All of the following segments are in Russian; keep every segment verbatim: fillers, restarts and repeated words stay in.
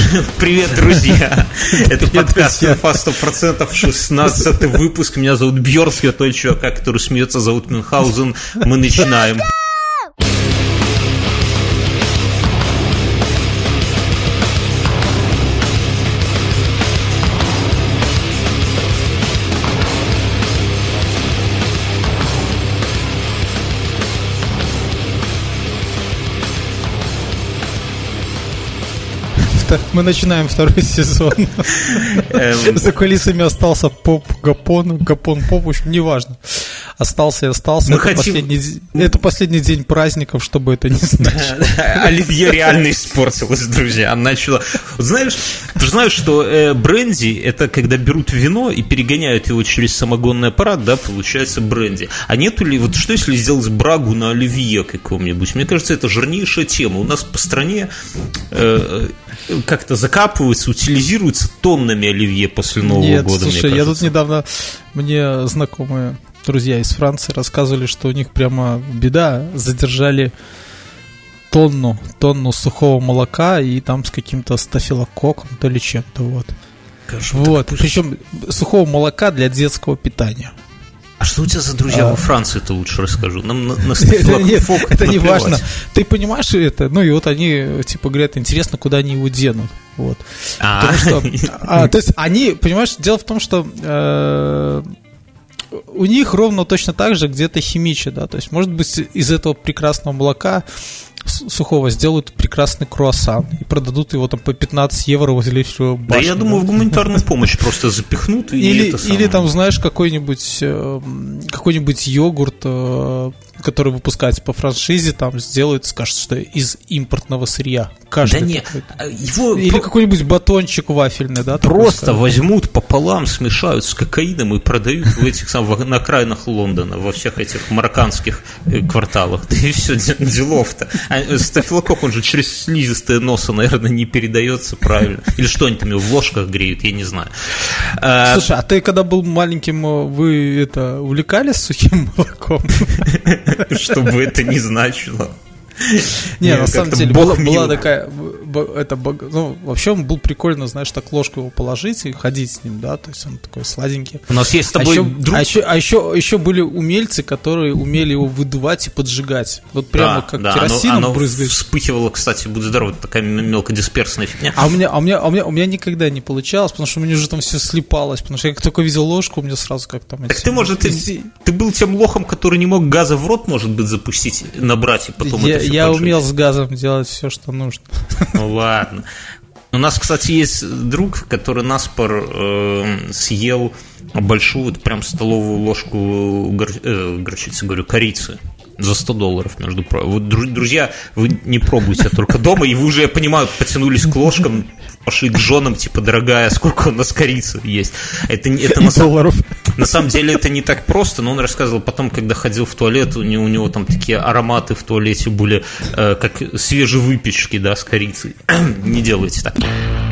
Привет, друзья! Это подкаст «Инфа сто процентов», шестнадцатый выпуск. Меня зовут Бьерский, а той чувака, который смеется, зовут Мюнхгаузен. Мы начинаем. Мы начинаем второй сезон. За кулисами остался поп Гапон, Гапон поп, в общем, неважно. Остался и остался. Это, хотим... последний... Это последний день праздников, чтобы это не значило. Оливье реально испортилось, друзья. Начала... Знаешь, ты же знаешь, что э, бренди — это когда берут вино и перегоняют его через самогонный аппарат, да, получается бренди. А нету ли, вот что если сделать брагу на оливье каком-нибудь? Мне кажется, это жирнейшая тема. У нас по стране э, как-то закапываются, утилизируются тоннами оливье после Нового Нет, года. Слушай, я тут недавно, мне знакомые друзья из Франции рассказывали, что у них прямо беда, задержали тонну, тонну сухого молока и там с каким-то стафилококком, то ли чем-то, вот. Конечно, вот, причем сухого молока для детского питания. А что у тебя за друзья а... во Франции, ты лучше расскажу. Нам на, на Нет, это не важно. Ты понимаешь это? Ну и вот они типа говорят, интересно, куда они его денут. Вот. А. Потому что, а, то есть они, понимаешь, дело в том, что э, у них ровно точно так же где-то химичи, да, то есть может быть из этого прекрасного молока сухого сделают прекрасный круассан и продадут его там по пятнадцать евро возле башни. Да, я думаю, в гуманитарную помощь просто запихнут. Или, и это или там, знаешь, какой-нибудь, какой-нибудь йогурт, который выпускается по франшизе, там сделают, скажут, что из импортного сырья. Каждый да нет, его... Или про... какой-нибудь батончик вафельный, да? Просто возьмут пополам, смешают с кокаином и продают в этих самых, на окраинах Лондона, во всех этих марокканских кварталах. Да и все, делов-то. А стафилококк, он же через слизистое носа, наверное, не передается правильно. Или что они там его в ложках греют, я не знаю. Слушай, а ты когда был маленьким, вы это увлекались сухим молоком? Что бы это ни значило. Не, на самом деле была, была такая, это, ну, вообще он был прикольно, знаешь, так ложку его положить и ходить с ним, да, то есть он такой сладенький. У нас есть с тобой а еще, друг... А еще, а еще, еще были умельцы, которые умели его выдувать и поджигать, вот прямо да, как да, керосином оно, оно брызгаешь. Вспыхивало, кстати, будь здоров, такая мелкодисперсная фигня. А у меня, а у меня, а у меня, у меня никогда не получалось, потому что у меня уже там все слипалось, потому что я как только видел ложку, у меня сразу как там... Так эти... ты, может, ты, ты был тем лохом, который не мог газа в рот, может быть, запустить, набрать и потом я, это все Я поджечь. умел с газом делать все, что нужно. Ну ладно. У нас, кстати, есть друг, который наспор э, съел большую, вот прям столовую ложку гор... э, горчицы, говорю, корицы. За сто долларов, между прочим. Вот, друзья, вы не пробуйте только дома, и вы уже, я понимаю, потянулись к ложкам, пошли к женам, типа, дорогая, сколько у нас корицы есть. Это, это на, сам, на самом деле это не так просто, но он рассказывал потом, когда ходил в туалет, у него, у него там такие ароматы в туалете были, э, как свежей выпечки, да, с корицей. Не делайте так.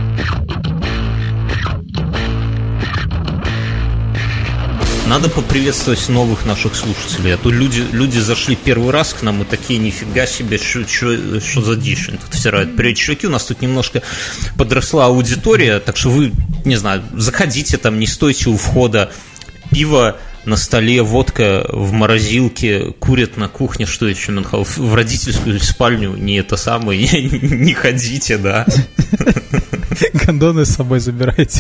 Надо поприветствовать новых наших слушателей. А то люди, люди зашли первый раз к нам и такие, нифига себе, что за дичь тут втирают. Привет, чуваки, у нас тут немножко подросла аудитория, так что вы, не знаю, заходите там, не стойте у входа. Пиво на столе, водка в морозилке, курят на кухне, что еще, в родительскую спальню не это самое, не, не ходите, да. Гондоны с собой забирайте.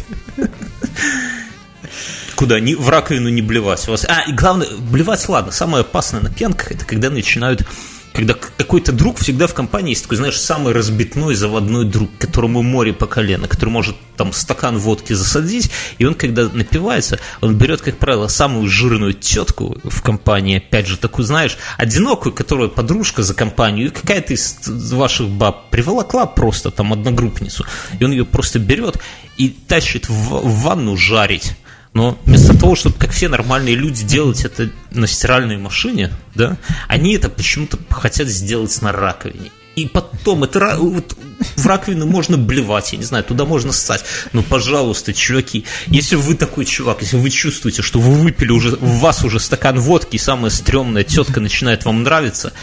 Куда? Не, в раковину не блевать. У вас... А, и главное, блевать, ладно, самое опасное на пьянках, это когда начинают, когда какой-то друг, всегда в компании есть такой, знаешь, самый разбитной заводной друг, которому море по колено, который может там стакан водки засадить, и он, когда напивается, он берет, как правило, самую жирную тетку в компании, опять же, такую, знаешь, одинокую, которая подружка за компанию, и какая-то из ваших баб приволокла просто там одногруппницу, и он ее просто берет и тащит в, в ванну жарить. Но вместо того, чтобы, как все нормальные люди, делать это на стиральной машине, да, они это почему-то хотят сделать на раковине. И потом это, вот, в раковину можно блевать, я не знаю, туда можно ссать. Но, пожалуйста, чуваки, если вы такой чувак, если вы чувствуете, что вы выпили уже, в вас уже стакан водки, и самая стрёмная тетка начинает вам нравиться,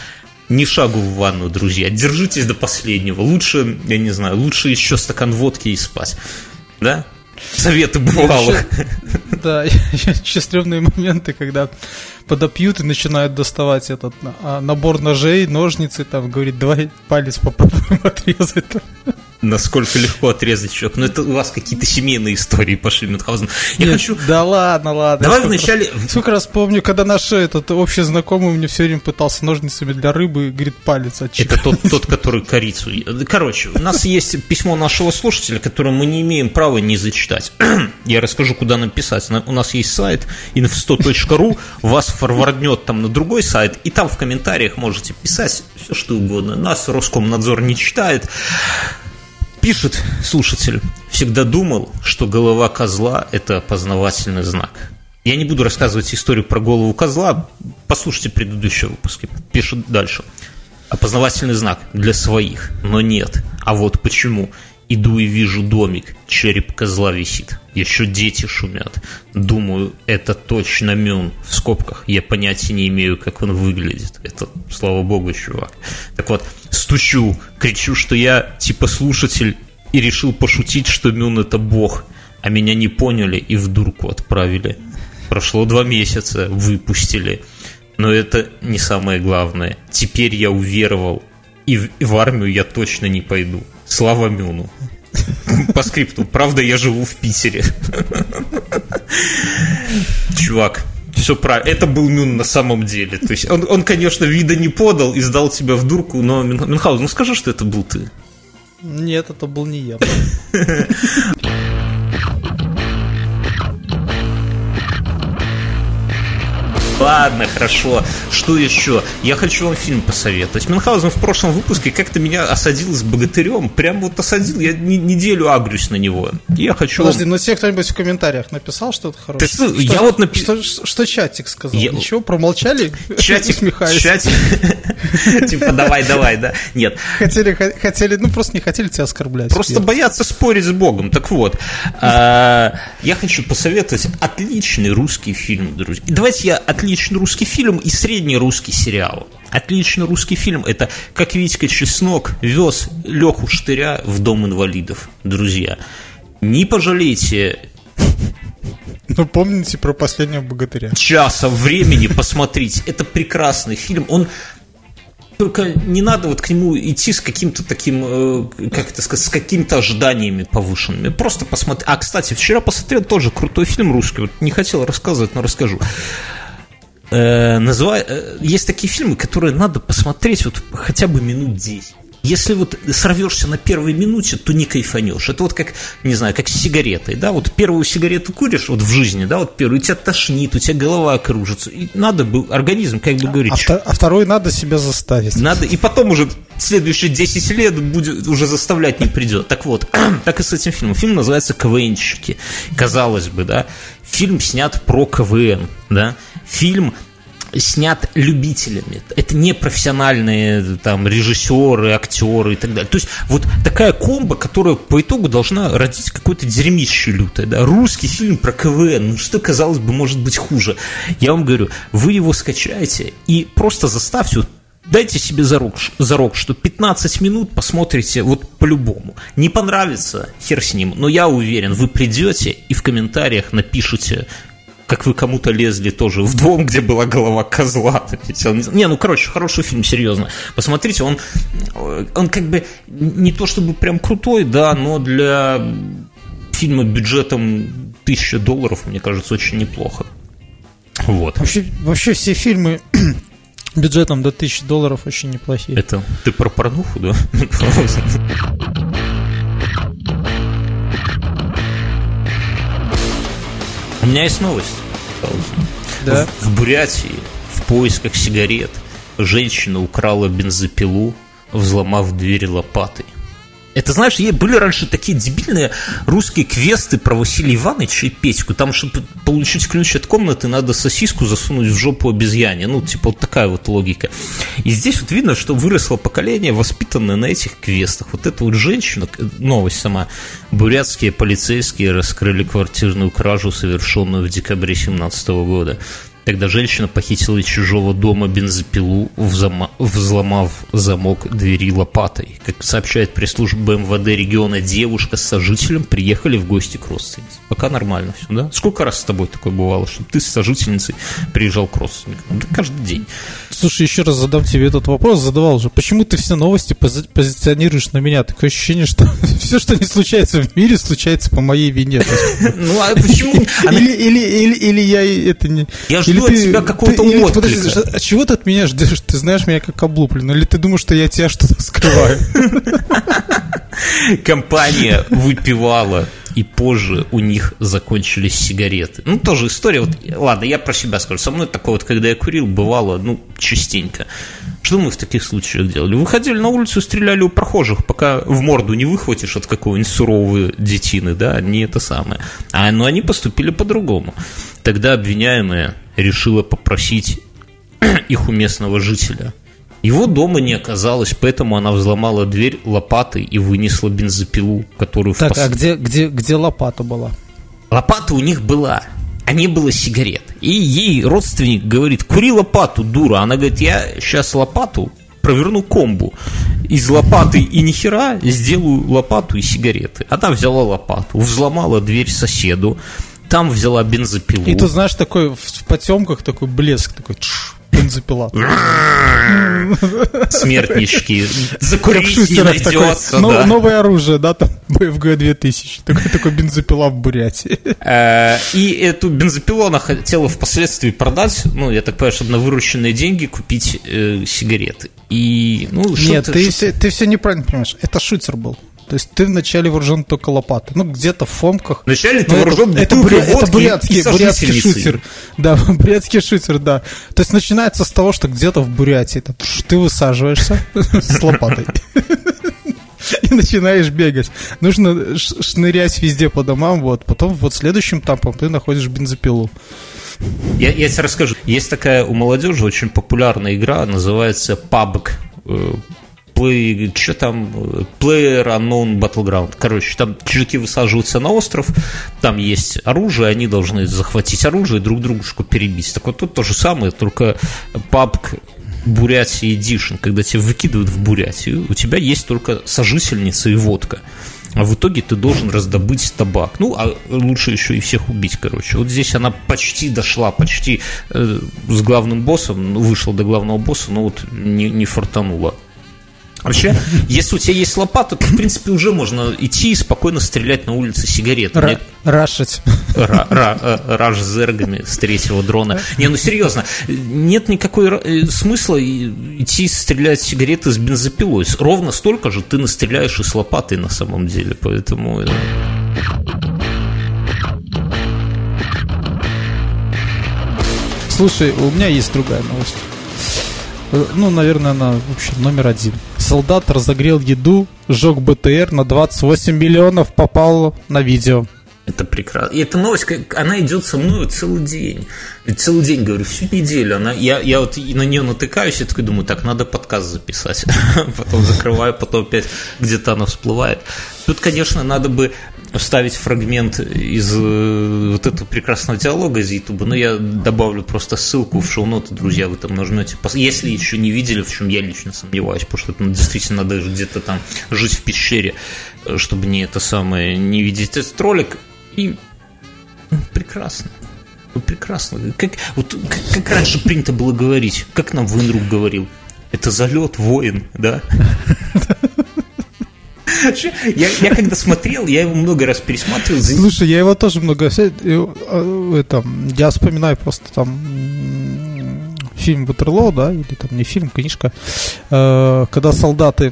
Ни шагу в ванну, друзья. Держитесь до последнего. Лучше, я не знаю, лучше еще стакан водки и спать. Да? Советы бывалых. Да, еще стрёмные моменты, когда подопьют и начинают доставать этот набор ножей, ножницы, там, говорит, давай палец попробуем отрезать. Насколько легко отрезать человек. Ну, это у вас какие-то семейные истории пошли, Мюнхгаузен. Я Нет, хочу... Да ладно, ладно. Давай вначале... Раз, сколько раз помню, когда наш этот общий знакомый мне все время пытался ножницами для рыбы, говорит, палец отчекать. Это тот, тот, который корицу... Короче, у нас есть письмо нашего слушателя, которое мы не имеем права не зачитать. Я расскажу, куда написать. У нас есть сайт инфо сто точка ру, вас форварднет там на другой сайт, и там в комментариях можете писать все, что угодно. Нас Роскомнадзор не читает. Пишет слушатель: всегда думал, что голова козла – это опознавательный знак. Я не буду рассказывать историю про голову козла, послушайте предыдущие выпуски. Пишет дальше: опознавательный знак для своих, но нет. А вот почему. Иду и вижу домик, череп козла висит, еще дети шумят. Думаю, это точно Мюн. В скобках, я понятия не имею, как он выглядит. Это, слава богу, чувак. Так вот, стучу, кричу, что я типа слушатель, и решил пошутить, что Мюн это бог. А меня не поняли и в дурку отправили. Прошло два месяца, выпустили. Но это не самое главное. Теперь я уверовал, и в, и в армию я точно не пойду. Слава Мюну. По скрипту. Правда, я живу в Питере. Чувак, все правильно. Это был Мюн на самом деле. То есть он, он, конечно, вида не подал и сдал тебя в дурку, но, Мюнхгаузен, ну скажи, что это был ты. Нет, это был не я. Ладно, хорошо. Что еще? Я хочу вам фильм посоветовать. Мюнхгаузен в прошлом выпуске как-то меня осадил с «Богатырем». Прям вот осадил. Я не, неделю агрюсь на него. Я хочу... Подожди, но тебе кто-нибудь в комментариях написал что-то хорошее? Ты, что, я вот напи... что, что, что чатик сказал? Я... Ничего, промолчали? Чатик, чатик. Типа, давай, давай, да? Нет. Хотели, хотели, ну просто не хотели тебя оскорблять. Просто боятся спорить с Богом. Так вот, я хочу посоветовать отличный русский фильм, друзья. Давайте я отличный Отличный русский фильм и средний русский сериал. Отличный русский фильм – это «Как Витька Чеснок вез Леху Штыря в дом инвалидов». Друзья, не пожалейте... Ну, помните про «Последнего богатыря». Часа времени посмотреть. Это прекрасный фильм. Он... Только не надо вот к нему идти с каким-то таким, как это сказать, с какими-то ожиданиями повышенными. Просто посмотри. А, кстати, вчера посмотрел тоже крутой фильм русский. Вот не хотел рассказывать, но расскажу. Э, называй, э, есть такие фильмы, которые надо посмотреть вот хотя бы минут десять. Если вот сорвешься на первой минуте, то не кайфанешь. Это вот как, не знаю, как с сигаретой, да, вот первую сигарету куришь вот в жизни, да, вот первую, и тебя тошнит, у тебя голова кружится, и надо бы, организм, как бы говорить. А, а второй надо себя заставить. Надо, и потом уже следующие десять лет будет, уже заставлять не придет. Так вот, так и с этим фильмом. Фильм называется «КВНщики». Казалось бы, да, фильм снят про КВН, да, фильм снят любителями. Это не профессиональные там режиссеры, актеры и так далее. То есть вот такая комбо, которая по итогу должна родить какое-то дерьмище лютое. Да? Русский фильм про КВН. Ну что, казалось бы, может быть хуже? Я вам говорю, вы его скачаете и просто заставьте, вот, дайте себе зарок, зарок, что пятнадцать минут посмотрите вот по-любому. Не понравится, хер с ним. Но я уверен, вы придете и в комментариях напишите, как вы кому-то лезли тоже в дом, где была голова козла. Не, ну, короче, хороший фильм, серьезно. Посмотрите, он, он как бы не то чтобы прям крутой, да, но для фильма бюджетом тысяча долларов, мне кажется, очень неплохо. Вот. Вообще, вообще все фильмы бюджетом до тысячи долларов очень неплохие. Это ты про порнуху, да? У меня есть новость. Да? В, в Бурятии в поисках сигарет женщина украла бензопилу, взломав дверь лопатой. Это, знаешь, были раньше такие дебильные русские квесты про Василия Ивановича и Петьку. Там, чтобы получить ключ от комнаты, надо сосиску засунуть в жопу обезьяне. Ну, типа, вот такая вот логика. И здесь вот видно, что выросло поколение, воспитанное на этих квестах. Вот эта вот женщина, новость сама, бурятские полицейские раскрыли квартирную кражу, совершенную в декабре две тысячи семнадцатого года. Тогда женщина похитила из чужого дома бензопилу, взломав замок двери лопатой. Как сообщает пресс-служба эм вэ дэ региона, девушка с сожителем приехали в гости к родственнице. Пока нормально все, да? Сколько раз с тобой такое бывало, чтобы ты с сожительницей приезжал к родственникам? Да каждый день. Слушай, еще раз задам тебе этот вопрос, задавал уже. Почему ты все новости пози- позиционируешь на меня? Такое ощущение, что все, что не случается в мире, случается по моей вине. Ну, а почему? Или я это не... Я жду от тебя какого-то отклика. А чего ты от меня ждешь? Ты знаешь меня как облупленную? Или ты думаешь, что я тебя что-то скрываю? Компания выпивала, и позже у них закончились сигареты. Ну, тоже история. Вот, ладно, я про себя скажу. Со мной такое вот, когда я курил, бывало, ну, частенько. Что мы в таких случаях делали? Выходили на улицу, стреляли у прохожих, пока в морду не выхватишь от какого-нибудь сурового детины, да, не это самое. А, но они поступили по-другому. Тогда обвиняемая решила попросить их у местного жителя. Его дома не оказалось, поэтому она взломала дверь лопатой и вынесла бензопилу, которую... Так, впос... а где, где, где лопата была? Лопата у них была, а не было сигарет. И ей родственник говорит: кури лопату, дура. Она говорит: я сейчас лопату проверну комбу. Из лопаты и нихера сделаю лопату и сигареты. Она взяла лопату, взломала дверь соседу, там взяла бензопилу. И ты знаешь, такой в потемках такой блеск, такой... бензопила. Смертнички. Закурить не найдется. Такое, да. Новое оружие, да, там бэ эф гэ две тысячи. Такой, такой бензопила в Бурятии. И эту бензопилу она хотела впоследствии продать, ну, я так понимаю, чтобы на вырученные деньги купить э, сигареты. И, ну, Нет, ты, все, ты все неправильно понимаешь. Это шутер был. То есть ты вначале вооружен только лопатой. Ну, где-то в Фомках. Вначале ты вооружен бутылкой водки. Это бурятский, бурятский шутер. Да, бурятский шутер, да. То есть начинается с того, что где-то в Бурятии там, ты высаживаешься с лопатой и начинаешь бегать. Нужно шнырять везде по домам, вот. Потом вот следующим этапом ты находишь бензопилу. Я, я тебе расскажу. Есть такая у молодежи очень популярная игра, называется пабг. Play, что там, Player Unknown Battleground. Короче, там чуваки высаживаются на остров, там есть оружие, они должны захватить оружие и друг дружку перебить. Так вот тут то же самое, только пабг Бурятия Edition, когда тебя выкидывают в Бурятию, у тебя есть только сожительница и водка. А в итоге ты должен раздобыть табак. Ну, а лучше еще и всех убить, короче. Вот здесь она почти дошла, почти э, с главным боссом, вышла до главного босса, но вот не, не фартанула. Вообще, если у тебя есть лопата, то, в принципе, уже можно идти и спокойно стрелять на улице сигареты. Ра- рашить. Ра- ра- раш зергами с третьего дрона. Не, ну серьезно, нет никакой смысла идти стрелять сигареты с бензопилой. Ровно столько же ты настреляешь и с лопатой на самом деле, поэтому... Слушай, у меня есть другая новость. Ну, наверное, она вообще номер один. Солдат разогрел еду, сжег бэ тэ эр на двадцать восемь миллионов, попал на видео. Это прекрасно. И эта новость, она идет со мной целый день. Целый день, говорю, всю неделю. Она, я, я вот на нее натыкаюсь и такой думаю, так, надо подкаст записать. Потом закрываю, потом опять где-то она всплывает. Тут, конечно, надо бы вставить фрагмент из вот этого прекрасного диалога из Ютуба, но я добавлю просто ссылку в шоу-ноты, друзья, вы там нажмете, если еще не видели, в чем я лично сомневаюсь, потому что это действительно надо где-то там жить в пещере, чтобы не это самое, не видеть этот ролик, и ну, прекрасно. Прекрасно. Как, вот, как, как раньше принято было говорить, как нам Вынрук говорил, это залет, воин, да? Я, я когда смотрел, я его много раз пересматривал. Слушай, я его тоже много... Это, я вспоминаю просто там фильм Ватерлоо, да, или там не фильм, книжка, когда солдаты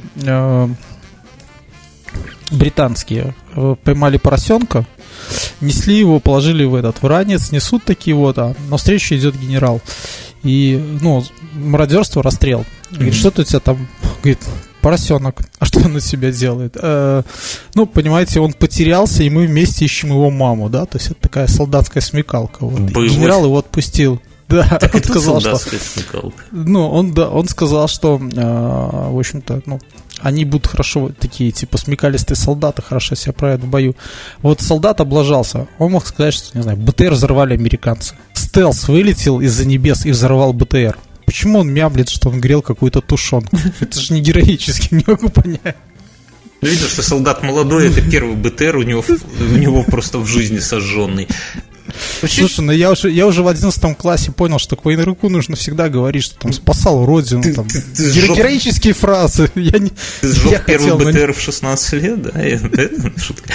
британские поймали поросенка, несли его, положили в этот в ранец, несут такие вот, а навстречу идет генерал. И, ну, мародерство, расстрел. Говорит, mm-hmm. что-то у тебя там... Говорит, поросенок. А что он из себя делает? Э, ну, понимаете, он потерялся, и мы вместе ищем его маму, да? То есть это такая солдатская смекалка. Вот. Генерал его отпустил. Да, так он это сказал, солдатская что, смекалка. Ну, он, да, он сказал, что, э, в общем-то, ну, они будут хорошо, такие, типа, смекалистые солдаты, хорошо себя проявят в бою. Вот солдат облажался. Он мог сказать, что, не знаю, бэ тэ эр взорвали американцы. стелс вылетел из-за небес и взорвал БТР. Почему он мямлит, что он грел какую-то тушенку? Это же не героически, не могу понять. Видно, что солдат молодой, это первый БТР у него, у него просто в жизни сожженный. Слушай, ну я уже, я уже в одиннадцатом классе понял, что к военруку нужно всегда говорить, что там спасал родину, ты, там, ты, ты геро- героические фразы. Я не, ты сжег я первый хотел, БТР но... в шестнадцать лет, да? Шутка.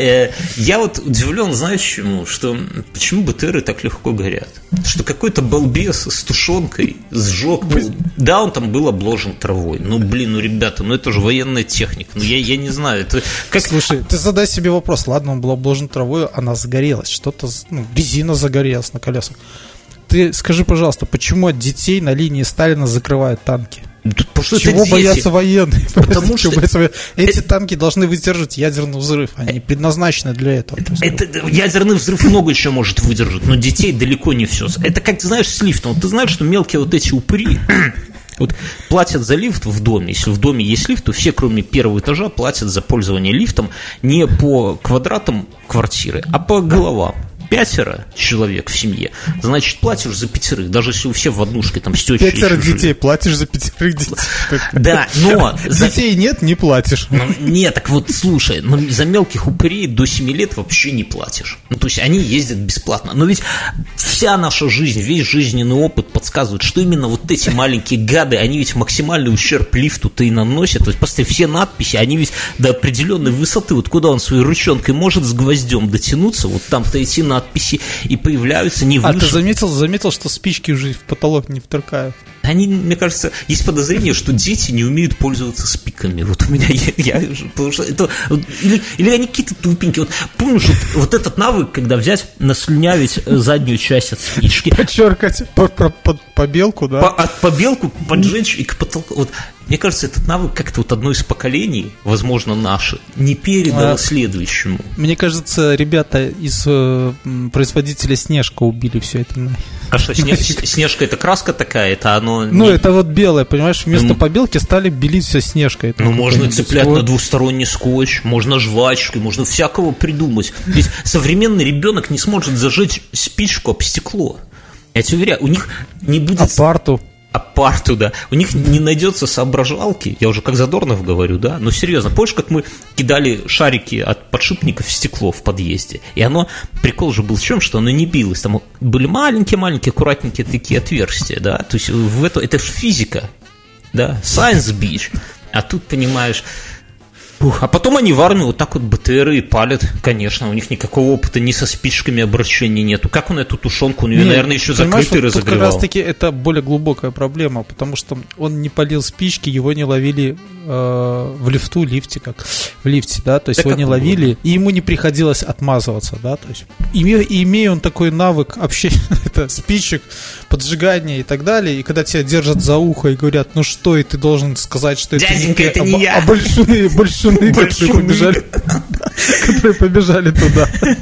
Я вот удивлен, знаешь, чему? Что почему БТРы так легко горят? Что какой-то балбес с тушенкой сжег. Да, он там был обложен травой. Ну, блин, ну, ребята, ну это же военная техника. Ну, я, я не знаю. Это как... Слушай, ты задай себе вопрос. Ладно, он был обложен травой, она загорелась. Что-то, ну, резина загорелась на колесах. Ты скажи, пожалуйста, почему от детей на линии Сталина закрывают танки? Потому Чего боятся военные? Потому что боятся... Эти это... танки должны выдержать ядерный взрыв. Они предназначены для этого. Это, это, ядерный взрыв много чего может выдержать, но детей далеко не все. Это как, ты знаешь, с лифтом. Ты знаешь, что мелкие вот эти упыри вот платят за лифт в доме. Если в доме есть лифт, то все, кроме первого этажа, платят за пользование лифтом не по квадратам квартиры, а по головам. Пятеро человек в семье, значит, платишь за пятерых, даже если вы все в однушке там с тещей. Пятеро детей, жили. Платишь за пятерых детей. Да, но... Детей нет, не платишь. Ну, нет, так вот, слушай, ну, за мелких упырей до семи лет вообще не платишь. Ну, то есть они ездят бесплатно. Но ведь вся наша жизнь, весь жизненный опыт подсказывает, что именно вот эти маленькие гады, они ведь максимальный ущерб лифту-то и наносят. То есть, посмотри, все надписи, они ведь до определенной высоты, вот куда он своей ручонкой может с гвоздем дотянуться, вот там-то эти надписи надписи и появляются не выше. А ты заметил, заметил, что спички уже в потолок не втыркают? Они, мне кажется, есть подозрение, что дети не умеют пользоваться спиками. Вот у меня я, я потому что это или, или они какие-то тупенькие. Вот помнишь вот, вот этот навык, когда взять, наслюнявить заднюю часть от спички, подчеркать по, по, по, побелку, да? По, от побелку поджечь и к потолку. Вот мне кажется, этот навык как-то вот одно из поколений, возможно, наше, не передало а, следующему. Мне кажется, ребята из э, производителя Снежка убили все это. А что, снег, Снежка это краска такая, это оно... Ну, не... это вот белое, понимаешь, вместо ну, побелки стали белить все Снежкой. Ну, можно цеплять свой... на двусторонний скотч, можно жвачкой, можно всякого придумать. Ведь современный ребенок не сможет зажечь спичку об стекло. Я тебе уверяю, у них не будет... А парту? А парту, да. У них не найдется соображалки, я уже как Задорнов говорю, да, но серьезно, помнишь, как мы кидали шарики от подшипников в стекло в подъезде, и оно, прикол же был в чем, что оно не билось, там были маленькие-маленькие, аккуратненькие такие отверстия, да, то есть в это, это же физика, да, science beach, а тут, понимаешь... Ух, а потом они в армию вот так вот БТРы палят, конечно, у них никакого опыта ни со спичками обращения нету. Как он эту тушенку, у нее, Нет, наверное, еще закрытый вот разогревал. Как раз таки это более глубокая проблема, потому что он не палил спички, его не ловили э, в лифту, лифте, как в лифте, да, то есть да его не ловили, было. И ему не приходилось отмазываться, да, то есть имея, имея он такой навык общения, это спичек, поджигания и так далее, и когда тебя держат за ухо и говорят, ну что, и ты должен сказать, что Дяденька, это, это не я. А большие, большие Которые побежали, которые побежали туда.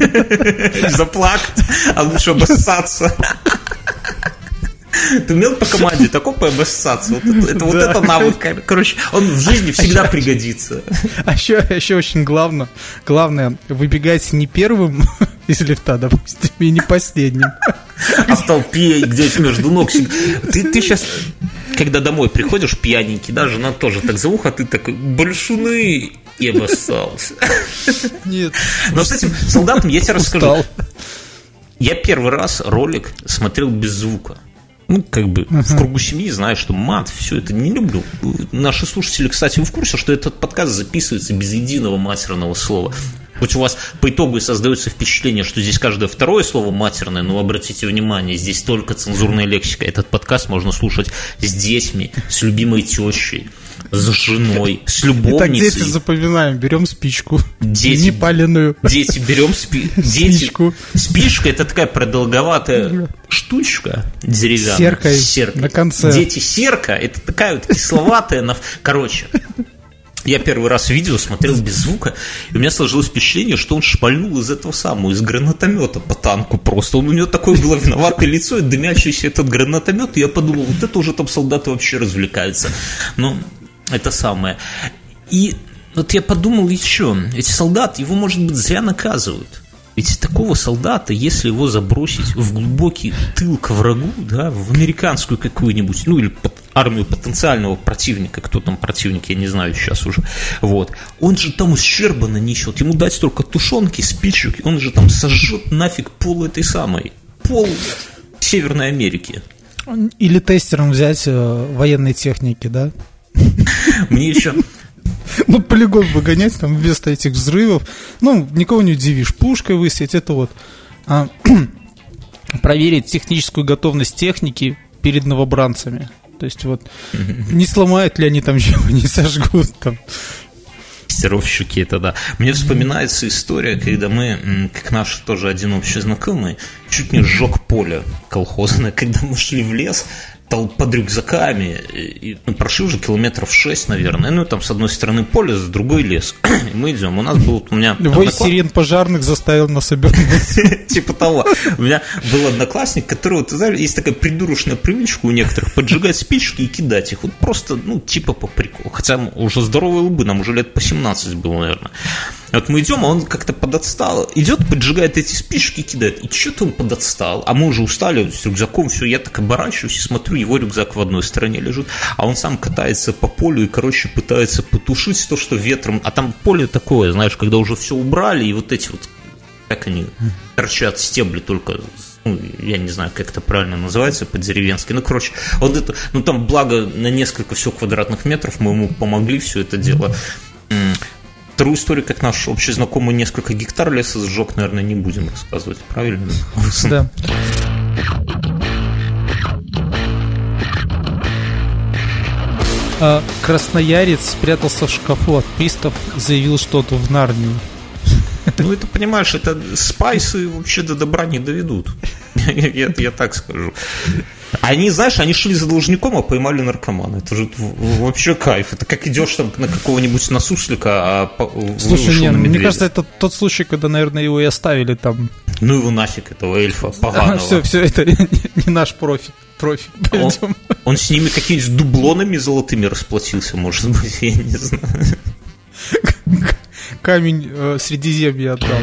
Заплакать, а лучше обоссаться. Ты умел по команде такой пообоссаться? Вот это, это, да. Вот это навык. Короче, он в жизни всегда а пригодится. А еще, а еще очень главное, главное, выбегать не первым из лифта, допустим, и не последним. А в толпе, где между ног. Ты, ты сейчас, когда домой приходишь пьяненький, да, жена тоже так за ухо, а ты такой, большуны, и обоссался. Нет. Но с этим солдатом я тебе расскажу. Я первый раз ролик смотрел без звука. Ну, как бы, uh-huh. в кругу семьи знаю, что мат, все это не люблю. Наши слушатели, кстати, вы в курсе, что этот подкаст записывается без единого матерного слова. Хоть у вас по итогу и создается впечатление, что здесь каждое второе слово матерное, но обратите внимание, здесь только цензурная лексика. Этот подкаст можно слушать с детьми, с любимой тещей, с женой, с любовницей. Итак, дети запоминаем, берем спичку, дети, не паленую. Дети, берем спи- спичку. Спичка – это такая продолговатая штучка деревянная. Серкой серкой на конце. Дети, серка – это такая вот кисловатая. Короче, я первый раз видео смотрел без звука, и у меня сложилось впечатление, что он шпальнул из этого самого, из гранатомета по танку просто. Он, у него такое было виноватое лицо, и дымящийся этот гранатомет, и я подумал, вот это уже там солдаты вообще развлекаются. Но это самое. И вот я подумал еще, эти солдаты, его, может быть, зря наказывают. Ведь такого солдата, если его забросить в глубокий тыл к врагу, да, в американскую какую-нибудь, ну или армию потенциального противника, кто там противник, я не знаю сейчас уже, вот, он же там ущерба нанесет, ему дать только тушенки, спичек, он же там сожжет нафиг пол этой самой, пол Северной Америки. Или тестером взять э, военной техники, да? Мне еще... Ну, полигон выгонять там вместо этих взрывов. Ну, никого не удивишь. Пушкой выстрелить, это вот. А, проверить техническую готовность техники перед новобранцами. То есть вот, не сломают ли они там чего, не сожгут там. Тестировщики, это да. Мне вспоминается история, когда мы, как наш тоже один общий знакомый, чуть не сжег поле колхозное, когда мы шли в лес, под рюкзаками, и, ну, прошли уже километров шесть, наверное, ну, там с одной стороны поле, с другой лес, и мы идем, у нас был, у меня... Вой сирен пожарных заставил нас обернуться. Типа того. У меня был одноклассник, который, ты знаешь, есть такая придурочная привычка у некоторых, поджигать спички и кидать их, вот просто, ну, типа по приколу, хотя уже здоровые лбы, нам уже лет по семнадцать было, наверное. Вот мы идем, а он как-то подотстал, идет, поджигает эти спички и кидает, и что-то он подотстал, а мы уже устали с рюкзаком, все, я так оборачиваюсь и смотрю, его рюкзак в одной стороне лежит, а он сам катается по полю и, короче, пытается потушить то, что ветром, а там поле такое, знаешь, когда уже все убрали, и вот эти вот, как они, торчат стебли только, ну, я не знаю, как это правильно называется, по-деревенски, ну, короче, вот это, ну, там, благо, на несколько всего квадратных метров мы ему помогли все это дело. Вторую историю, как наш общий знакомый несколько гектар леса сжег, наверное, не будем рассказывать, правильно? Да. А красноярец спрятался в шкафу от пристав, заявил что-то в Нарнию. Ну, это, понимаешь, это спайсы вообще до добра не доведут. Я, я так скажу. Они, знаешь, они шли за должником, а поймали наркомана. Это же вообще кайф. Это как идешь там на какого-нибудь насуслика, а слушай, не, мне кажется, это тот случай, когда, наверное, его и оставили там. Ну его нафиг, этого эльфа поганого. А, все, все, это не, не наш профиль. профиль. Он, он с ними какими-то дублонами золотыми расплатился, может быть, я не знаю. Камень э, Средиземья отдал.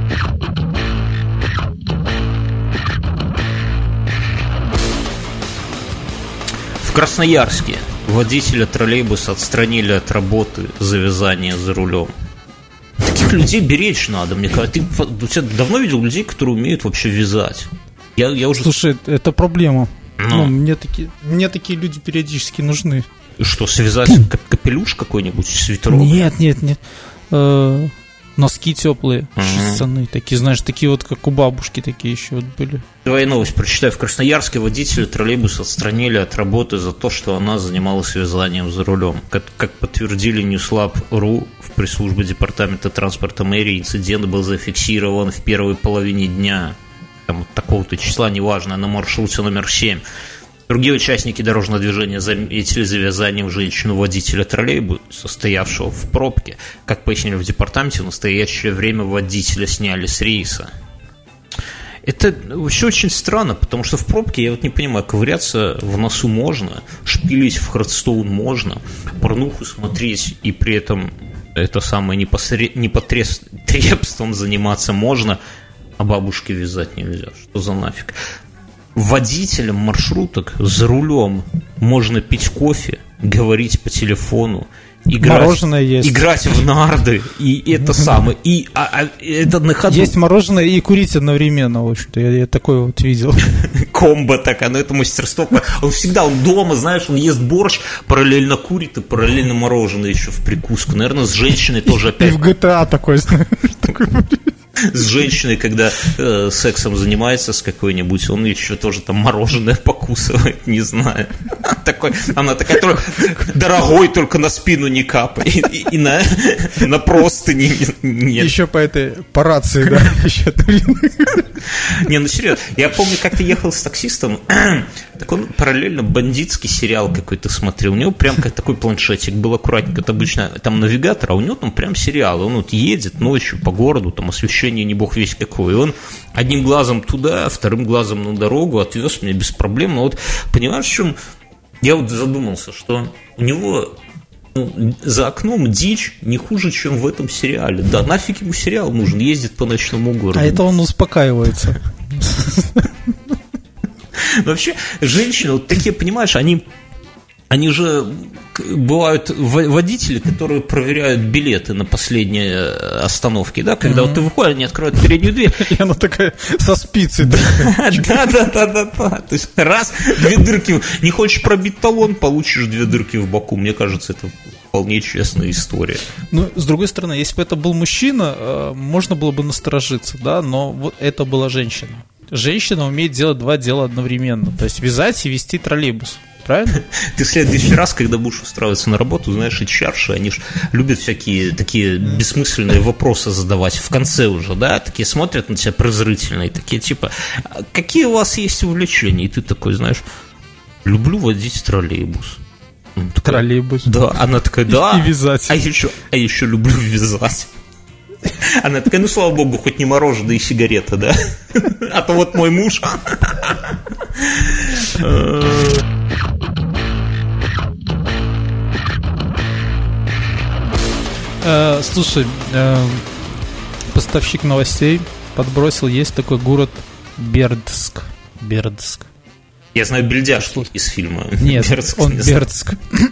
В Красноярске водителя троллейбуса отстранили от работы за вязание за рулем. Таких людей беречь надо, мне кажется. Ты, ты давно видел людей, которые умеют вообще вязать? Я, я уже... Слушай, это проблема. Ну, мне, такие, мне такие люди периодически нужны. Что, связать капелюш какой-нибудь, свитерок? Нет, нет, нет. Э-э- носки теплые, шерстяные, такие, знаешь, такие вот, как у бабушки, такие еще вот были. Давай новость прочитаю. В Красноярске водителя троллейбуса отстранили от работы за то, что она занималась вязанием за рулем. Как, как подтвердили Newslab точка ру, в пресс-службе департамента транспорта мэрии, инцидент был зафиксирован в первой половине дня, там, такого-то числа, неважно, на маршруте номер семь. Другие участники дорожного движения заметили за вязанием женщину-водителя троллейбуса, стоявшего в пробке. Как пояснили в департаменте, в настоящее время водителя сняли с рейса. Это вообще очень странно, потому что в пробке, я вот не понимаю, ковыряться в носу можно, шпилить в Хардстоун можно, порнуху смотреть и при этом это самое непосред... непотребством заниматься можно, а бабушке вязать нельзя. Что за нафиг? Водителям маршруток за рулем можно пить кофе, говорить по телефону, играть, играть в нарды, и это самое, и а, а, это на ходу. Есть мороженое и курить одновременно, в общем-то, я, я такое вот видел. Комбо такая, но это мастерство. Он всегда, он дома, знаешь, он ест борщ, параллельно курит и параллельно мороженое еще в прикуску. Наверное, с женщиной тоже опять. И в джи ти эй такой, знаешь, такой. С женщиной, когда э, сексом занимается с какой-нибудь, он еще тоже там мороженое покусывает, не знаю. Такой, она такая, только, дорогой, только на спину не капай. И, и, и на, на простыни нет. Еще по этой, по рации, да. Еще. Не, ну серьезно, я помню, как ты ехал с таксистом, так он параллельно бандитский сериал какой-то смотрел. У него прям как такой планшетик был аккуратненько. Это обычно там навигатор, а у него там прям сериал. Он вот едет ночью по городу, там освещение не бог весь какой. И он одним глазом туда, вторым глазом на дорогу отвез меня без проблем. Но вот понимаешь, в чем я вот задумался, что у него Ну, за окном дичь не хуже, чем в этом сериале. Да нафиг ему сериал нужен, ездит по ночному городу. А это он успокаивается. Вообще, женщины, вот такие, понимаешь, они, они же бывают водители, которые проверяют билеты на последней остановке, да, когда mm-hmm. вот ты выходишь, они открывают переднюю дверь. И она такая со спицей. Да, да, да, да, да. То есть раз, две дырки, не хочешь пробить талон, получишь две дырки в боку. Мне кажется, это вполне честная история. Ну, с другой стороны, если бы это был мужчина, можно было бы насторожиться, да, но вот это была женщина. Женщина умеет делать два дела одновременно, то есть вязать и вести троллейбус. Правильно? Ты в следующий раз, когда будешь устраиваться на работу, знаешь, эйч ар-ши, они же любят всякие такие бессмысленные вопросы задавать в конце уже, да, такие смотрят на тебя презрительно, и такие типа, какие у вас есть увлечения? И ты такой, знаешь, люблю водить троллейбус. Такая, троллейбус? Да, она такая, да. И вязать. А еще, а еще люблю вязать. Она такая, ну, слава богу, хоть не мороженое и сигарета, да? А то вот мой муж... Слушай, поставщик новостей подбросил, есть такой город Бердск. Бердск. Я знаю Бельдяшки из фильма. Нет, Бердск, он не Бердск.